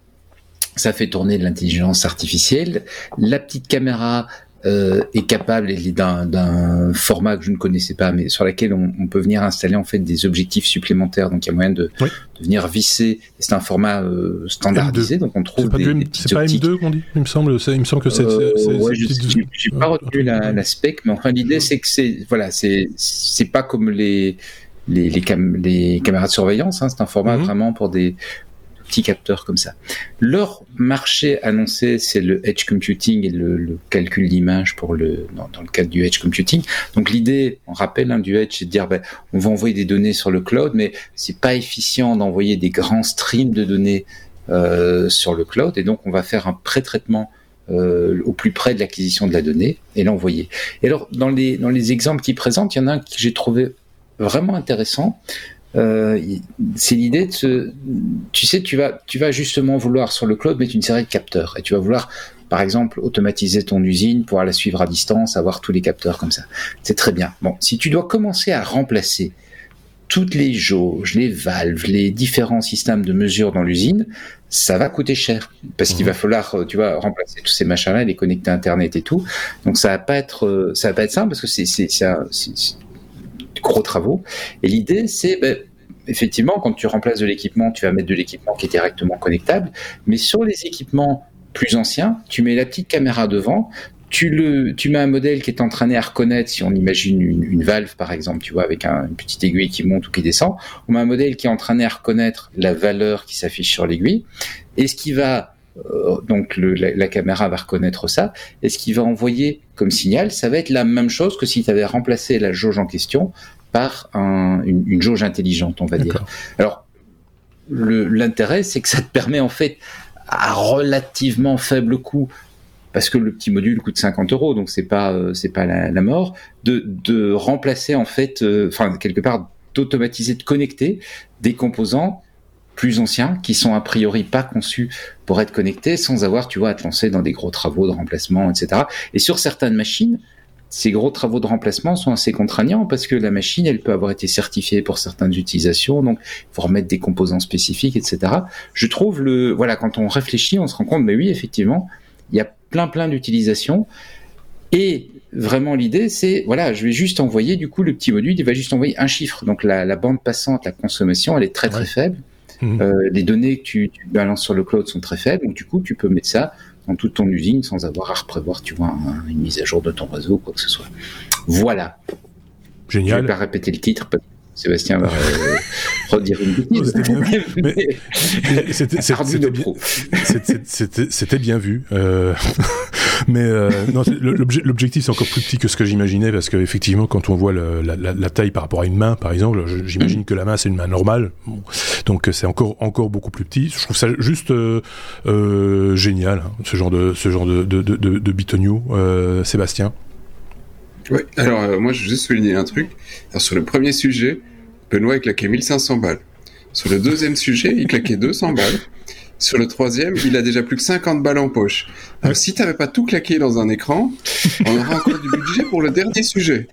ça fait tourner de l'intelligence artificielle, la petite caméra euh, est capable d'un, d'un format que je ne connaissais pas, mais sur laquelle on, on peut venir installer en fait des objectifs supplémentaires. Donc il y a moyen de, oui. de venir visser. C'est un format euh, standardisé, M deux. Donc on trouve c'est des, pas, des c'est pas M deux qu'on dit. Il me semble. C'est, il me semble que c'est. Euh, c'est, ouais, c'est je, petite... j'ai, j'ai pas retenu la, la spec, mais enfin l'idée c'est que c'est voilà, c'est c'est pas comme les les les, cam- les caméras de surveillance. Hein, c'est un format mm-hmm. vraiment pour des petits capteurs comme ça. Leur marché annoncé, c'est le edge computing et le, le calcul d'image pour le dans, dans le cadre du edge computing. Donc l'idée, on rappelle, hein, du edge, c'est de dire, ben, on va envoyer des données sur le cloud, mais c'est pas efficient d'envoyer des grands streams de données euh, sur le cloud, et donc on va faire un pré-traitement euh, au plus près de l'acquisition de la donnée et l'envoyer. Et alors dans les dans les exemples qu'ils présentent, il y en a un que j'ai trouvé vraiment intéressant. Euh, c'est l'idée de se, tu sais, tu vas, tu vas justement vouloir sur le cloud mettre une série de capteurs et tu vas vouloir, par exemple, automatiser ton usine, pouvoir la suivre à distance, avoir tous les capteurs comme ça. C'est très bien. Bon, si tu dois commencer à remplacer toutes les jauges, les valves, les différents systèmes de mesure dans l'usine, ça va coûter cher parce mmh. qu'il va falloir, tu vois, remplacer tous ces machins-là, les connecter à Internet et tout. Donc ça va pas être, ça va pas être simple parce que c'est, c'est, c'est, c'est, c'est gros travaux. Et l'idée, c'est, ben, effectivement, quand tu remplaces de l'équipement, tu vas mettre de l'équipement qui est directement connectable. Mais sur les équipements plus anciens, tu mets la petite caméra devant, tu le, tu mets un modèle qui est entraîné à reconnaître, si on imagine une, une valve, par exemple, tu vois, avec un, une petite aiguille qui monte ou qui descend, on met un modèle qui est entraîné à reconnaître la valeur qui s'affiche sur l'aiguille. Et ce qui va Euh, donc le, la, la caméra va reconnaître ça, et ce qu'il va envoyer comme signal, ça va être la même chose que si tu avais remplacé la jauge en question par un, une, une jauge intelligente, on va D'accord. dire. Alors, le, l'intérêt, c'est que ça te permet en fait, à relativement faible coût, parce que le petit module coûte cinquante euros, donc c'est pas euh, c'est pas la, la mort, de, de remplacer en fait, enfin euh, quelque part d'automatiser, de connecter des composants plus anciens qui sont a priori pas conçus pour être connectés sans avoir, tu vois, à te lancer dans des gros travaux de remplacement, et cetera. Et sur certaines machines, ces gros travaux de remplacement sont assez contraignants parce que la machine, elle peut avoir été certifiée pour certaines utilisations, donc il faut remettre des composants spécifiques, et cetera. Je trouve le, voilà, quand on réfléchit, on se rend compte, mais oui, effectivement, il y a plein plein d'utilisations. Et vraiment l'idée, c'est, voilà, je vais juste envoyer, du coup, le petit module, il va juste envoyer un chiffre. Donc la, la bande passante, la consommation, elle est très très ouais. faible. Mmh. Euh, les données que tu, tu balances sur le cloud sont très faibles, donc du coup, tu peux mettre ça dans toute ton usine sans avoir à reprévoir, tu vois, un, une mise à jour de ton réseau, quoi que ce soit. Voilà. Génial. Je vais pas répéter le titre, parce que Sébastien va euh, redire une bêtise. Mais, mais c'était, c'était, c'était, bien, c'était, c'était, c'était bien vu. Euh, mais euh, non, l'obje, l'objectif c'est encore plus petit que ce que j'imaginais, parce que effectivement, quand on voit le, la, la, la taille par rapport à une main, par exemple, j'imagine mmh. que la main c'est une main normale, bon, donc c'est encore encore beaucoup plus petit. Je trouve ça juste euh, euh, génial, hein, ce genre de ce genre de de de, de, de bitonio, euh, Sébastien. Oui, alors euh, moi je veux juste souligner un truc. Alors, sur le premier sujet, Benoît il claquait mille cinq cents balles. Sur le deuxième sujet, il claquait deux cents balles. Sur le troisième, il a déjà plus que cinquante balles en poche. Alors si t'avais pas tout claqué dans un écran, on aura encore du budget pour le dernier sujet.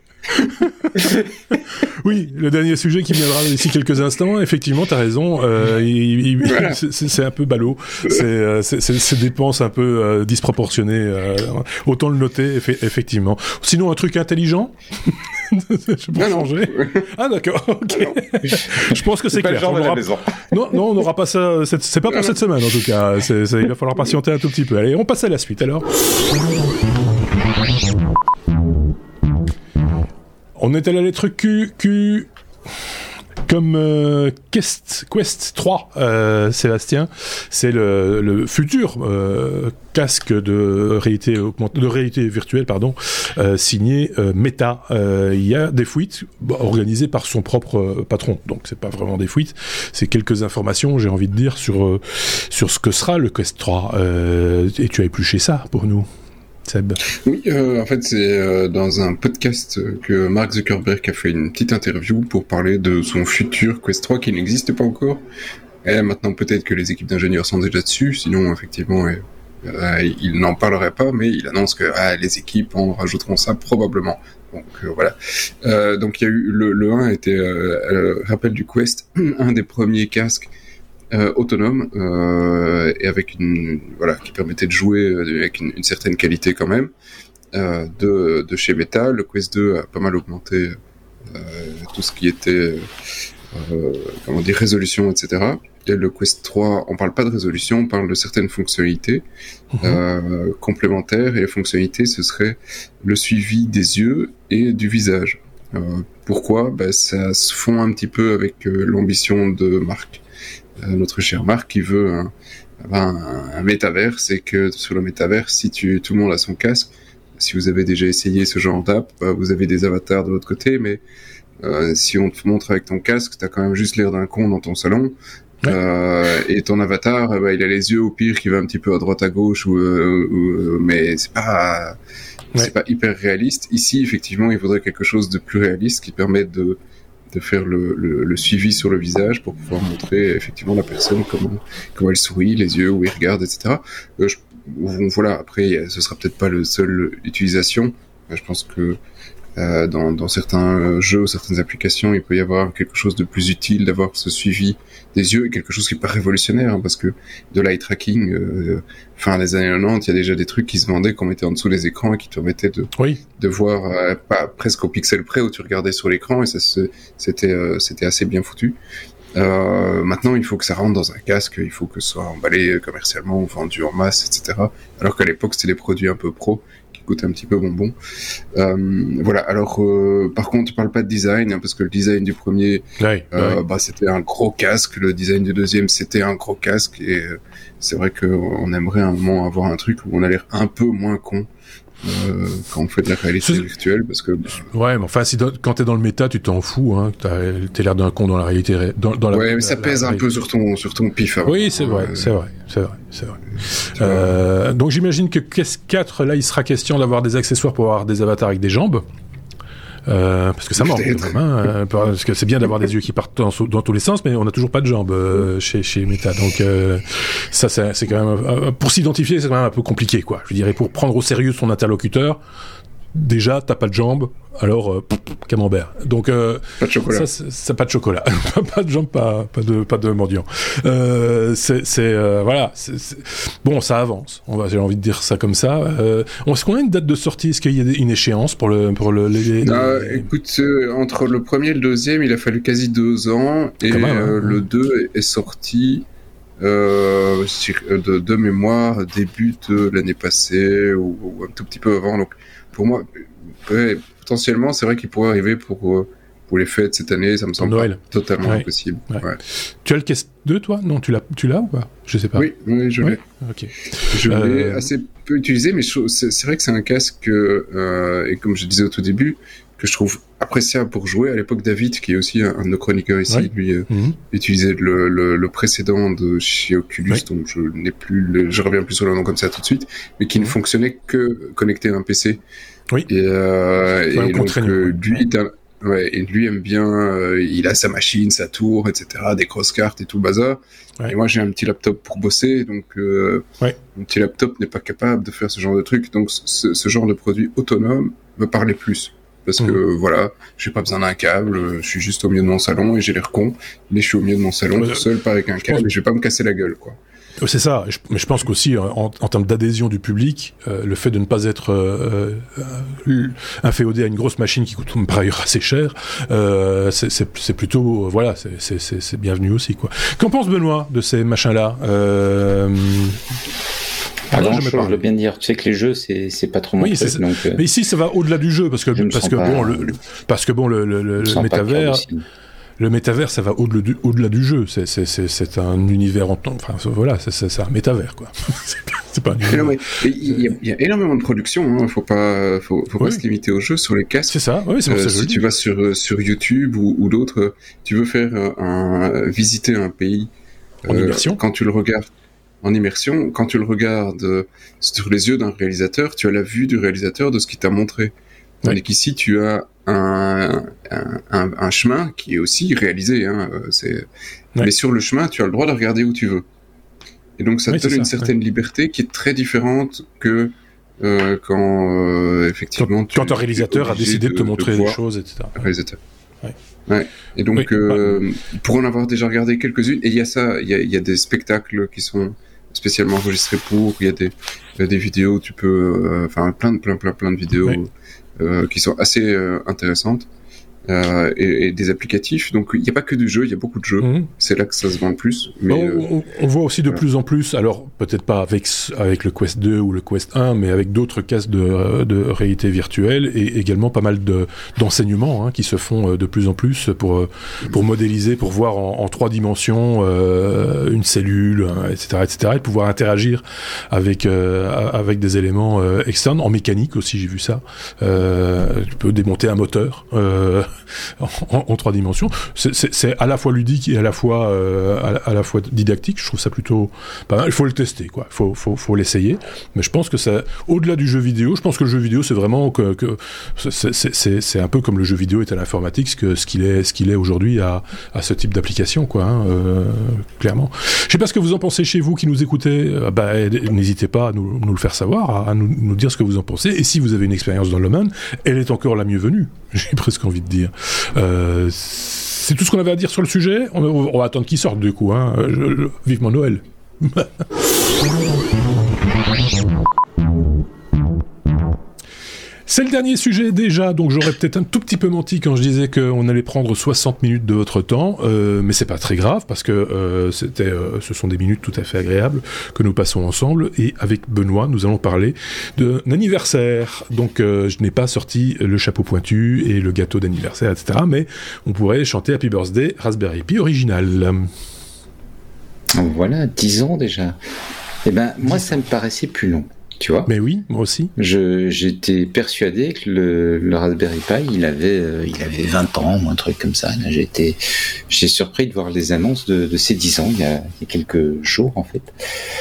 Oui, le dernier sujet qui viendra d'ici quelques instants, effectivement, t'as raison, euh, il, il, voilà. c'est, c'est un peu ballot, c'est, euh, c'est, c'est, c'est dépenses un peu euh, disproportionnées, euh, autant le noter, eff- effectivement. Sinon, un truc intelligent je peux changer. Ah d'accord, ok. Je pense que c'est, c'est clair. On aura... Non, non, on n'aura pas ça, c'est, c'est pas pour cette semaine en tout cas, c'est, c'est, il va falloir patienter un tout petit peu. Allez, on passe à la suite alors. On est à la lettre Q, Q, comme euh, Quest, Quest trois, euh, Sébastien, c'est le, le futur euh, casque de réalité augmentée, de réalité virtuelle, pardon, euh, signé euh, Meta. Euh, il y a des fuites bah, organisées par son propre euh, patron, donc c'est pas vraiment des fuites, c'est quelques informations, j'ai envie de dire, sur euh, sur ce que sera le Quest trois. Euh, et tu as épluché ça pour nous, Seb. Oui, euh, en fait, c'est euh, dans un podcast que Mark Zuckerberg a fait une petite interview pour parler de son futur Quest trois qui n'existe pas encore. Et maintenant, peut-être que les équipes d'ingénieurs sont déjà dessus, sinon, effectivement, euh, euh, il n'en parlerait pas, mais il annonce que ah, les équipes en rajouteront ça probablement. Donc euh, voilà. Euh, donc il y a eu le, le un était euh, euh, rappel du Quest, un des premiers casques Euh, autonome euh, et avec une voilà qui permettait de jouer euh, avec une, une certaine qualité quand même euh, de de chez Meta. Le Quest deux a pas mal augmenté euh, tout ce qui était euh, comment dire résolution, et cetera. Et le Quest trois, on parle pas de résolution, on parle de certaines fonctionnalités mmh. euh, complémentaires, et les fonctionnalités ce serait le suivi des yeux et du visage. Euh, pourquoi? Ben, ça se fond un petit peu avec euh, l'ambition de Mark. Notre cher Marc qui veut un, un, un métavers, c'est que sur le métavers, si tu, tout le monde a son casque, si vous avez déjà essayé ce genre d'app, bah, vous avez des avatars de l'autre côté, mais euh, si on te montre avec ton casque, t'as quand même juste l'air d'un con dans ton salon, ouais. euh, et ton avatar, bah, il a les yeux au pire qui va un petit peu à droite à gauche, ou, euh, ou, mais c'est pas, ouais. c'est pas hyper réaliste. Ici, effectivement, il faudrait quelque chose de plus réaliste qui permette de de faire le, le, le suivi sur le visage pour pouvoir montrer effectivement la personne comment comment elle sourit, les yeux, où elle regarde, et cetera. Euh, je, voilà. Après, ce sera peut-être pas le seul utilisation. Je pense que euh, dans, dans certains jeux ou certaines applications, il peut y avoir quelque chose de plus utile d'avoir ce suivi des yeux, et quelque chose qui est pas révolutionnaire, hein, parce que de l'eye tracking, euh, fin des années quatre-vingt-dix, il y a déjà des trucs qui se vendaient qu'on mettait en dessous des écrans et qui te permettaient de oui. de voir euh, pas presque au pixel près où tu regardais sur l'écran, et ça se, c'était euh, c'était assez bien foutu. Euh, maintenant, il faut que ça rentre dans un casque, il faut que ce soit emballé commercialement, vendu en masse, et cetera. Alors qu'à l'époque, c'était des produits un peu pro qui coûtent un petit peu bonbon. Euh, voilà. Alors, euh, par contre, on parle pas de design, hein, parce que le design du premier, oui, euh, oui. bah, c'était un gros casque. Le design du deuxième, c'était un gros casque. Et euh, c'est vrai qu'on aimerait à un moment avoir un truc où on a l'air un peu moins con. Euh, quand on fait de la réalité c'est... virtuelle, parce que bah... ouais, mais enfin, si dans, quand t'es dans le méta, tu t'en fous, hein. T'as, t'es l'air d'un con dans la réalité, ré... dans, dans la. Ouais, mais ça la, pèse la, un la... peu sur ton sur ton pif. Avant. Oui, c'est vrai, euh... c'est vrai, c'est vrai, c'est vrai. Euh, donc j'imagine que Quest quatre, là, il sera question d'avoir des accessoires pour avoir des avatars avec des jambes. Euh, parce que ça manque quand même, hein, parce que c'est bien d'avoir des yeux qui partent dans, dans tous les sens, mais on n'a toujours pas de jambes euh, chez chez Meta, donc euh, ça c'est, c'est quand même euh, pour s'identifier, c'est quand même un peu compliqué, quoi. Je dirais, pour prendre au sérieux son interlocuteur, déjà t'as pas de jambes, alors euh, pff, camembert. Donc euh, pas de chocolat. Ça, c'est, ça pas de chocolat, pas de jambes, pas pas de pas de mendiant. Euh, c'est c'est euh, voilà, c'est, c'est... bon, ça avance. On va, j'ai envie de dire ça comme ça. Euh, est-ce qu'on a une date de sortie? Est-ce qu'il y a une échéance pour le pour le les, non, les... écoute, euh, entre le premier et le deuxième, il a fallu quasi deux ans, et même, hein, euh, le deux est sorti. Euh, de, de mémoire début de l'année passée ou, ou un tout petit peu avant, donc pour moi ouais, potentiellement c'est vrai qu'il pourrait arriver pour pour les fêtes cette année, ça me semble Noël. Pas totalement ouais. impossible. Ouais. Ouais. Tu as le Quest deux, toi? Non, tu l'as tu l'as ou pas? Je sais pas. Oui, oui, je ouais. l'ai. Ok. Je euh... l'ai assez peu utilisé, mais je, c'est, c'est vrai que c'est un casque euh, et comme je disais au tout début, que je trouve appréciable pour jouer. À l'époque, David, qui est aussi un, un de nos chroniqueurs ici, ouais. lui euh, mm-hmm. utilisait le, le, le précédent de chez Oculus, ouais. donc je n'ai plus, le, je reviens plus sur le nom comme ça tout de suite, mais qui mm-hmm. ne fonctionnait que connecté à un P C. Oui. Et, euh, et donc euh, lui, ouais. ouais, et lui aime bien, euh, il a sa machine, sa tour, et cetera, des grosses cartes et tout le bazar. Ouais. Et moi, j'ai un petit laptop pour bosser, donc euh, ouais. mon petit laptop n'est pas capable de faire ce genre de truc. Donc, ce, ce genre de produit autonome me parlait plus. Parce que, mmh. voilà, j'ai pas besoin d'un câble, je suis juste au milieu de mon salon et j'ai l'air con, mais je suis au milieu de mon salon tout seul, pas avec un câble, et je vais pas me casser la gueule, quoi. C'est ça, mais je pense qu'aussi, en, en termes d'adhésion du public, euh, le fait de ne pas être euh, euh, inféodé à une grosse machine qui coûte par ailleurs assez cher, euh, c'est, c'est, c'est plutôt, euh, voilà, c'est, c'est, c'est, c'est bienvenu aussi, quoi. Qu'en pense Benoît de ces machins-là? euh... Ah non, je, je veux bien dire, tu sais que les jeux, c'est, c'est pas trop mon oui, truc, donc, euh... mais ici, ça va au-delà du jeu, parce que, parce que, pas, bon, le, parce que bon, le, le, le, le métavers, le métavers, ça va au-delà du, au-delà du jeu. C'est, c'est, c'est, c'est un univers en temps. Enfin, voilà, c'est, c'est, c'est un métavers, quoi. c'est, pas, c'est pas un univers. Non, mais il y, a, il y a énormément de production. Hein. Faut pas, faut, faut oui. pas se limiter au jeu sur les casques. C'est ça. Oui, c'est pour euh, ça que si je tu dis. vas sur sur YouTube ou, ou d'autres, tu veux faire un visiter un pays en euh, immersion. Quand tu le regardes en immersion, quand tu le regardes euh, sur les yeux d'un réalisateur, tu as la vue du réalisateur de ce qu'il t'a montré. Tandis oui. qu'ici, tu as un, un, un, un chemin qui est aussi réalisé. Hein, c'est... Ouais. Mais sur le chemin, tu as le droit de regarder où tu veux. Et donc, ça oui, te donne une ça, certaine ouais. liberté qui est très différente que euh, quand, euh, effectivement... Quand, tu, quand un réalisateur a décidé de, de te montrer de les choses, et cetera. Réalisateur. Ouais. Ouais. Et donc, oui. euh, bah. pour en avoir déjà regardé quelques-unes, et il y a ça, il y a, y a des spectacles qui sont spécialement enregistrés pour, il y a des, y a des vidéos, tu peux, enfin, euh, plein de, plein, plein, plein de vidéos. Oui. Euh, qui sont assez euh, intéressantes euh, et, et des applicatifs. Donc il n'y a pas que du jeu, il y a beaucoup de jeux. Mmh. C'est là que ça se vend le plus. Mais, on, euh, on, on voit aussi de voilà. plus en plus, alors peut-être pas avec, avec le Quest deux ou le Quest un, mais avec d'autres casques de, de réalité virtuelle et également pas mal de, d'enseignements hein, qui se font de plus en plus pour, pour modéliser, pour voir en, en trois dimensions euh, une cellule, et cetera, et cetera, et pouvoir interagir avec, euh, avec des éléments euh, externes, en mécanique aussi, j'ai vu ça. Euh, tu peux démonter un moteur euh, en, en trois dimensions. C'est, c'est, c'est à la fois ludique et à la fois euh, à, à la fois didactique. Je trouve ça plutôt pas mal. Il faut le tester, quoi. Il faut, faut, faut l'essayer. Mais je pense que ça, au-delà du jeu vidéo, je pense que le jeu vidéo, c'est vraiment que, que c'est, c'est, c'est, c'est un peu comme le jeu vidéo est à l'informatique, ce que ce qu'il est, ce qu'il est aujourd'hui à, à ce type d'application, quoi. Hein, euh, clairement. Je sais pas ce que vous en pensez chez vous qui nous écoutez. Euh, bah, n'hésitez pas à nous, nous le faire savoir, à, à nous, nous dire ce que vous en pensez. Et si vous avez une expérience dans le domaine, elle est encore la mieux venue. J'ai presque envie de dire. Euh, c'est tout ce qu'on avait à dire sur le sujet. On, on va attendre qu'il sorte du coup. Hein. Je, je, vivement Noël. C'est le dernier sujet déjà, donc j'aurais peut-être un tout petit peu menti quand je disais qu'on allait prendre soixante minutes de votre temps, euh, mais c'est pas très grave parce que euh, c'était, euh, ce sont des minutes tout à fait agréables que nous passons ensemble. Et avec Benoît, nous allons parler d'un anniversaire. Donc euh, je n'ai pas sorti le chapeau pointu et le gâteau d'anniversaire, et cetera. Mais on pourrait chanter Happy Birthday Raspberry Pi original. Voilà, dix ans déjà. Eh ben moi ça me paraissait plus long. Tu vois ? Mais oui, moi aussi. Je, j'étais persuadé que le, le Raspberry Pi, il avait, euh, il avait vingt ans ou un truc comme ça. Là, j'ai été, j'étais surpris de voir les annonces de, de ces dix ans, il y, a, il y a quelques jours en fait.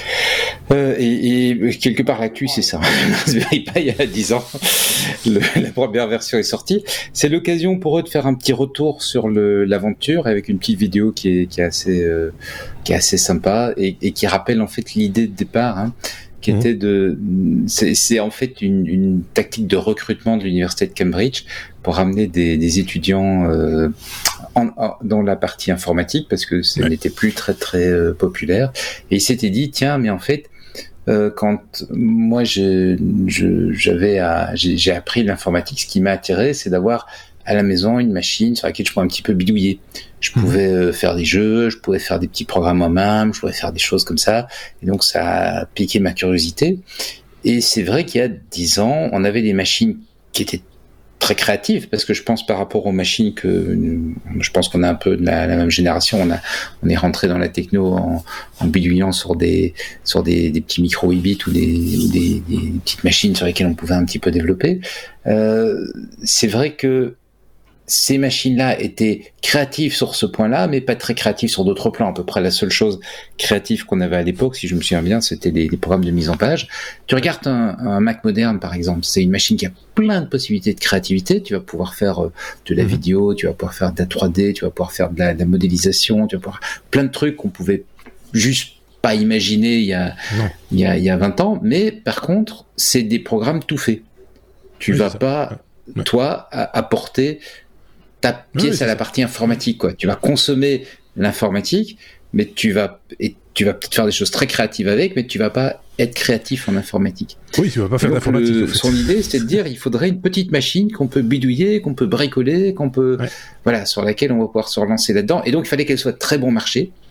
Euh, et, et quelque part l'actu, c'est ça. Le Raspberry Pi, il y a dix ans, le, la première version est sortie. C'est l'occasion pour eux de faire un petit retour sur le, l'aventure avec une petite vidéo qui est, qui est assez, euh, qui est assez sympa et, et qui rappelle en fait l'idée de départ. Hein, qui était de, c'est, c'est en fait une, une tactique de recrutement de l'université de Cambridge pour ramener des, des étudiants euh, en, en, dans la partie informatique parce que ça ouais. n'était plus très très euh, populaire. Et il s'était dit tiens mais en fait euh, quand moi je, je j'avais à, j'ai, j'ai appris l'informatique, ce qui m'a attiré c'est d'avoir à la maison une machine sur laquelle je pouvais un petit peu bidouiller. Je pouvais euh, faire des jeux, je pouvais faire des petits programmes moi-même, je pouvais faire des choses comme ça. Et donc, ça a piqué ma curiosité. Et c'est vrai qu'il y a dix ans, on avait des machines qui étaient très créatives, parce que je pense par rapport aux machines que, je pense qu'on a un peu de la, la même génération, on a, on est rentré dans la techno en, en bidouillant sur des, sur des, des petits micro huit bits ou des, des, des petites machines sur lesquelles on pouvait un petit peu développer. Euh, c'est vrai que ces machines-là étaient créatives sur ce point-là, mais pas très créatives sur d'autres plans. À peu près la seule chose créative qu'on avait à l'époque, si je me souviens bien, c'était les, les programmes de mise en page. Tu regardes un, un Mac moderne, par exemple, c'est une machine qui a plein de possibilités de créativité. Tu vas pouvoir faire euh, de la mmh. vidéo, tu vas pouvoir faire de la trois D, tu vas pouvoir faire de la, de la modélisation, tu vas pouvoir plein de trucs qu'on pouvait juste pas imaginer il y a, il y a, il y a vingt ans. Mais par contre, c'est des programmes tout faits. Tu oui, vas pas, ouais. toi, apporter ta pièce oui, à la ça. partie informatique, quoi. Tu vas consommer l'informatique, mais tu vas, et tu vas peut-être faire des choses très créatives avec, mais tu vas pas être créatif en informatique. Oui, tu vas pas faire d'informatique. Le, en fait. Son idée, c'était de dire, il faudrait une petite machine qu'on peut bidouiller, qu'on peut bricoler, qu'on peut, ouais. voilà, sur laquelle on va pouvoir se relancer là-dedans. Et donc, il fallait qu'elle soit très bon marché.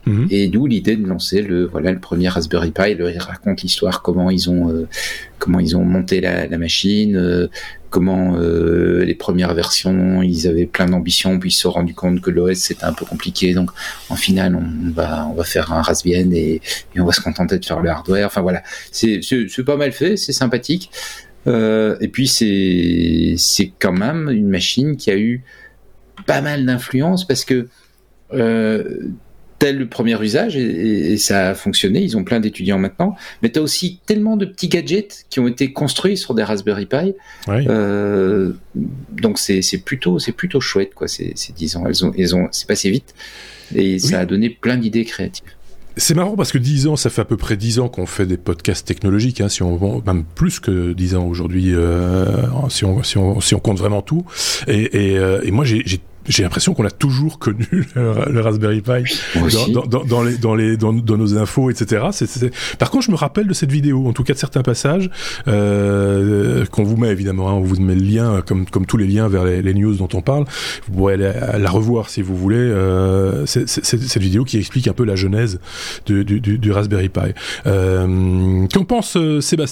Mmh. Et d'où l'idée de lancer le voilà le premier Raspberry Pi. Le, il raconte l'histoire, comment ils ont euh, comment ils ont monté la, la machine, euh, comment euh, les premières versions ils avaient plein d'ambition, puis ils se sont rendus compte que l'O S c'était un peu compliqué, donc en final on va on va faire un Raspbian et, et on va se contenter de faire le hardware. Enfin voilà, c'est c'est, c'est pas mal fait, c'est sympathique. Euh, et puis c'est c'est quand même une machine qui a eu pas mal d'influence parce que euh, tel le premier usage et, et, et ça a fonctionné, ils ont plein d'étudiants maintenant, mais tu as aussi tellement de petits gadgets qui ont été construits sur des Raspberry Pi, oui. euh, donc c'est, c'est, plutôt, c'est plutôt chouette quoi, ces, ces dix ans, elles ont, elles ont, c'est passé vite et oui. Ça a donné plein d'idées créatives. C'est marrant parce que dix ans, ça fait à peu près dix ans qu'on fait des podcasts technologiques, hein, si on, même plus que dix ans aujourd'hui, euh, si, on, si, on, si on compte vraiment tout. Et, et, euh, et moi, j'ai, j'ai J'ai l'impression qu'on a toujours connu le, le Raspberry Pi dans, dans, dans, les, dans, les, dans, dans nos infos, et cetera. C'est, c'est... Par contre, je me rappelle de cette vidéo, en tout cas de certains passages, euh, qu'on vous met évidemment, hein, on vous met le lien, comme, comme tous les liens vers les, les news dont on parle. Vous pourrez aller la revoir si vous voulez. Euh, c'est, c'est, c'est cette vidéo qui explique un peu la genèse du, du, du, du Raspberry Pi. Euh, qu'en pense euh, Sébastien ?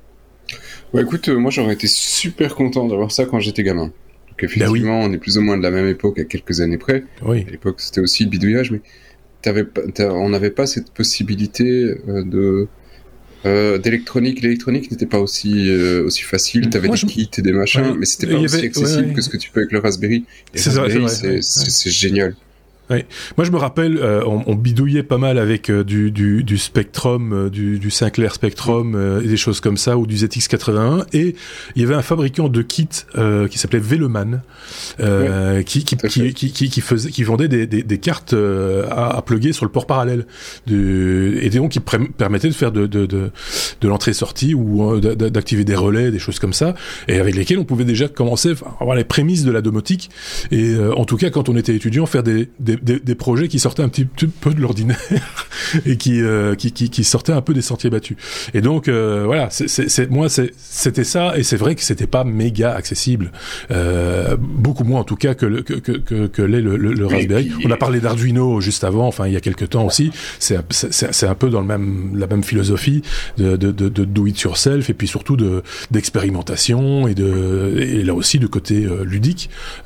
Ouais, écoute, euh, moi j'aurais été super content d'avoir ça quand j'étais gamin. Donc effectivement, ben oui. On est plus ou moins de la même époque à quelques années près. Oui. À l'époque, c'était aussi le bidouillage, mais t'avais pas, on n'avait pas cette possibilité euh, de euh, d'électronique. L'électronique n'était pas aussi euh, aussi facile. T'avais moi, des je... kits et des machins, ouais. Mais c'était pas aussi avait... accessible ouais, ouais. que ce que tu peux avec le Raspberry. Et c'est Raspberry, ça, c'est, vrai, c'est, ouais. c'est, c'est génial. Ouais. Moi, je me rappelle, euh, on, on bidouillait pas mal avec euh, du, du, du Spectrum, euh, du, du Sinclair Spectrum, euh, et des choses comme ça, ou du Z X quatre-vingt-un. Et il y avait un fabricant de kits euh, qui s'appelait Veloman, euh, ouais, qui, qui, qui, qui, qui, qui faisait, qui vendait des, des, des cartes euh, à, à plugger sur le port parallèle, du, et donc qui pré- permettait de faire de, de, de, de l'entrée-sortie ou euh, d'activer des relais, des choses comme ça, et avec lesquels on pouvait déjà commencer à avoir les prémices de la domotique. Et euh, en tout cas, quand on était étudiant, faire des, des Des, des projets qui sortaient un petit, petit peu de l'ordinaire et qui, euh, qui, qui, qui sortaient un peu des sentiers battus. Et donc, euh, voilà, c'est, c'est, c'est, moi, c'est, c'était ça, et c'est vrai que c'était pas méga accessible. Euh, beaucoup moins, en tout cas, que, le, que, que, que, que l'est le, le, le Raspberry. Puis, on a parlé d'Arduino juste avant, enfin, il y a quelques temps aussi. C'est, c'est, c'est un peu dans le même, la même philosophie de, de, de, de do it yourself, et puis surtout de, d'expérimentation, et de, et là aussi, de côté euh, ludique.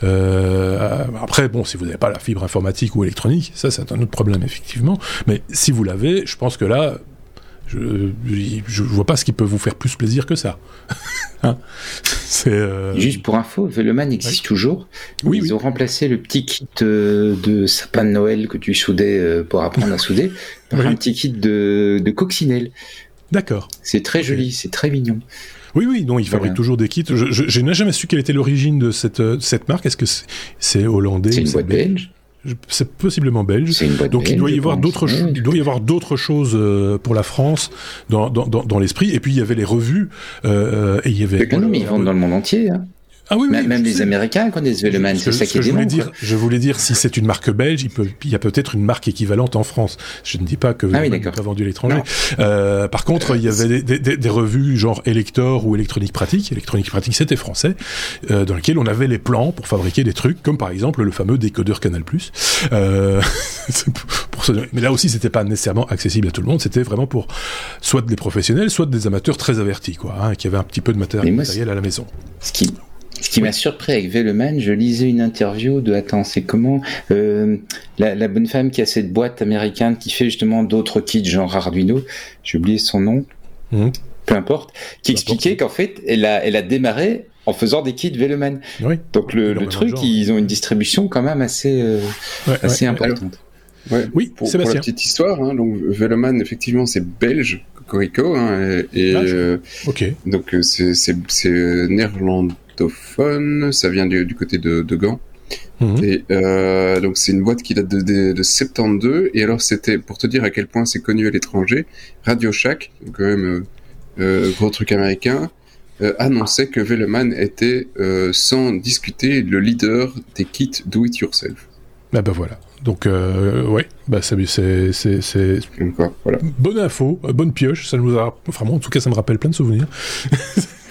Euh, après, bon, si vous n'avez pas la fibre informatique ou électronique, ça c'est un autre problème effectivement, mais si vous l'avez, je pense que là je, je vois pas ce qui peut vous faire plus plaisir que ça. Hein, c'est euh... Juste pour info, Veloman existe oui. toujours. Oui, Ils oui. ont remplacé le petit kit de, de sapin de Noël que tu soudais pour apprendre à souder par oui. un petit kit de, de coccinelle. D'accord. C'est très okay. joli, c'est très mignon. Oui, oui, non, ils fabriquent voilà. toujours des kits. Je, je, je n'ai jamais su quelle était l'origine de cette, de cette marque. Est-ce que c'est, c'est hollandais? C'est une boîte belge. belge. C'est possiblement belge. C'est Donc belge, il doit y avoir d'autres, cho- il doit y avoir d'autres choses euh, pour la France dans, dans, dans, dans l'esprit. Et puis il y avait les revues euh, et il y avait. Mais non, mais ils vendent dans le monde entier. Hein. Ah oui, oui, même, même les sais. Américains connaissent Veloman, c'est ça qui est je dément, voulais dire. Je voulais dire, si c'est une marque belge, il peut, il y a peut-être une marque équivalente en France. Je ne dis pas que Veloman ah oui, n'est pas vendu à l'étranger. Euh, par contre, il y avait des, des, des revues genre Elector ou Électronique Pratique. Électronique Pratique, c'était français, euh, dans lesquelles on avait les plans pour fabriquer des trucs, comme par exemple le fameux décodeur Canal+. Euh, pour ça. Mais là aussi, c'était pas nécessairement accessible à tout le monde. C'était vraiment pour soit des professionnels, soit des amateurs très avertis, quoi, hein, qui avaient un petit peu de matériel, moi, matériel à la maison. Ce qui Ce qui oui. m'a surpris avec Veloman, je lisais une interview de, attends, c'est comment, euh, la, la bonne femme qui a cette boîte américaine qui fait justement d'autres kits genre Arduino, j'ai oublié son nom, mmh. peu importe, qui peu expliquait importe. qu'en fait, elle a, elle a démarré en faisant des kits Veloman. Oui. Donc le, le truc, genre, ils ont une distribution quand même assez, euh, ouais, assez ouais, importante. Alors, ouais, oui, pour, pour la petite histoire, hein, donc Veloman, effectivement, c'est belge, Corico, hein, et, et ah, euh, okay. donc c'est, c'est, c'est néerlandais. Ça vient du, du côté de, de Gand. Mmh. Et euh, donc c'est une boîte qui date de, de, de soixante-douze. Et alors c'était, pour te dire à quel point c'est connu à l'étranger, Radio Shack, quand même euh, gros truc américain, euh, annonçait que Veloman était euh, sans discuter le leader des kits Do It Yourself. Ah bah voilà. Donc euh, ouais, bah c'est c'est c'est, c'est... Quoi, voilà. Bonne info, bonne pioche. Ça nous a, enfin moi en tout cas ça me rappelle plein de souvenirs.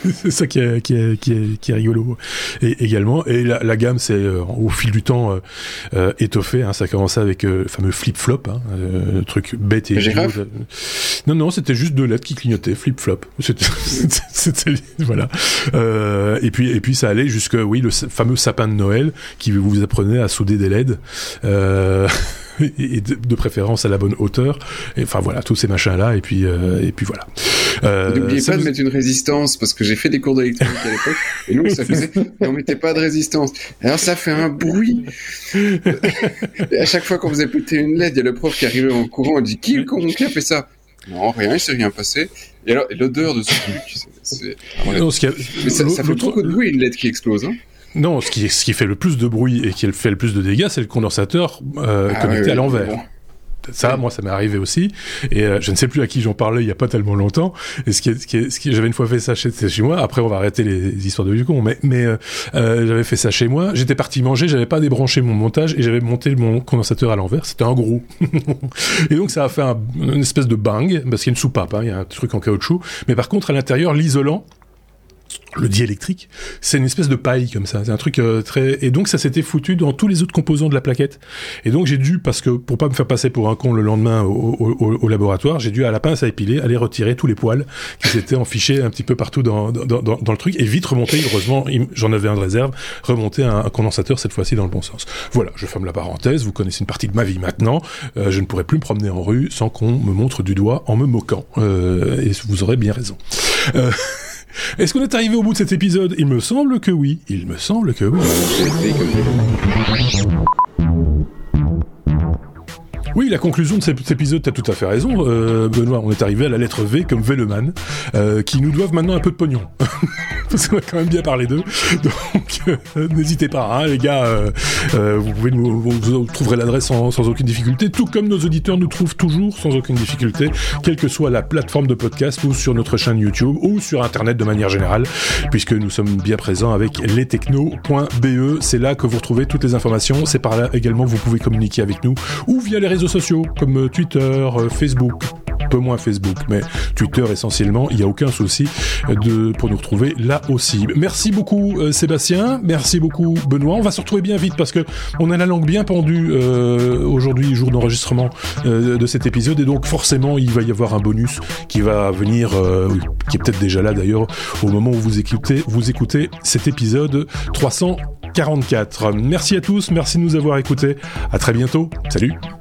c'est ça qui est, qui est, qui est, qui est rigolo et, également. Et la, la gamme, c'est euh, au fil du temps euh, euh, étoffé. Hein, ça a commencé avec euh, le fameux flip-flop, hein, euh, truc bête et idiot. Non, non, c'était juste deux lettres qui clignotaient, flip-flop. C'était, c'était, c'était voilà. Euh, et puis, et puis ça allait jusque, oui, le fameux sapin de Noël qui vous apprenait à souder des L E D. Euh, et de, de préférence à la bonne hauteur, et enfin voilà, tous ces machins là, et puis euh, et puis voilà. Euh, N'oubliez pas vous... de mettre une résistance, parce que j'ai fait des cours d'électronique à l'époque, et nous ça faisait, et on mettait pas de résistance. Alors ça fait un bruit. Et à chaque fois qu'on faisait péter une L E D, il y a le prof qui arrivait en courant, il dit qui le con qui a fait ça? Non, rien, il s'est rien passé. Et alors, et l'odeur de ce truc, c'est, c'est... Ouais. Non, ce qui a... Mais ça, ça fait beaucoup de bruit une L E D qui explose, hein. Non, ce qui, ce qui fait le plus de bruit et qui fait le plus de dégâts, c'est le condensateur euh, ah, connecté oui, à l'envers. Bon. Ça, oui. Moi, ça m'est arrivé aussi. Et euh, je ne sais plus à qui j'en parlais il y a pas tellement longtemps. Et ce qui est, ce qui est, ce qui est, j'avais une fois fait ça chez, chez moi. Après, on va arrêter les histoires de vieux cons. Mais, mais euh, euh, j'avais fait ça chez moi. J'étais parti manger. J'avais pas débranché mon montage et j'avais monté mon condensateur à l'envers. C'était un gros. Et donc, ça a fait un, une espèce de bang parce qu'il y a une soupape. Hein, il y a un truc en caoutchouc. Mais par contre, à l'intérieur, l'isolant, le diélectrique, c'est une espèce de paille comme ça, c'est un truc euh, très... Et donc ça s'était foutu dans tous les autres composants de la plaquette. Et donc j'ai dû, parce que pour pas me faire passer pour un con le lendemain au, au, au laboratoire, j'ai dû à la pince à épiler aller retirer tous les poils qui s'étaient enfichés un petit peu partout dans, dans, dans, dans le truc, et vite remonter, heureusement j'en avais un de réserve, remonter un, un condensateur cette fois-ci dans le bon sens. Voilà, je ferme la parenthèse, vous connaissez une partie de ma vie maintenant, euh, je ne pourrai plus me promener en rue sans qu'on me montre du doigt en me moquant. Euh, et vous aurez bien raison. Euh... Est-ce qu'on est arrivé au bout de cet épisode ? Il me semble que oui. Il me semble que oui. Oui, la conclusion de cet épisode, t'as tout à fait raison, euh, Benoît. On est arrivé à la lettre V comme Veleman, euh, qui nous doivent maintenant un peu de pognon. Parce qu'on a quand même bien parlé d'eux. Donc, euh, n'hésitez pas, hein, les gars. Euh, euh, vous pouvez nous, vous, vous trouverez l'adresse sans, sans aucune difficulté, tout comme nos auditeurs nous trouvent toujours sans aucune difficulté, quelle que soit la plateforme de podcast ou sur notre chaîne YouTube ou sur Internet de manière générale, puisque nous sommes bien présents avec lestechno point b e. C'est là que vous retrouvez toutes les informations. C'est par là également que vous pouvez communiquer avec nous ou via les réseaux sociaux comme Twitter, Facebook, un peu moins Facebook, mais Twitter essentiellement, il n'y a aucun souci de, pour nous retrouver là aussi. Merci beaucoup euh, Sébastien, merci beaucoup Benoît, on va se retrouver bien vite parce que on a la langue bien pendue euh, aujourd'hui, jour d'enregistrement euh, de cet épisode, et donc forcément il va y avoir un bonus qui va venir, euh, qui est peut-être déjà là d'ailleurs au moment où vous écoutez, vous écoutez cet épisode trois cent quarante-quatre. Merci à tous, merci de nous avoir écoutés, à très bientôt, salut.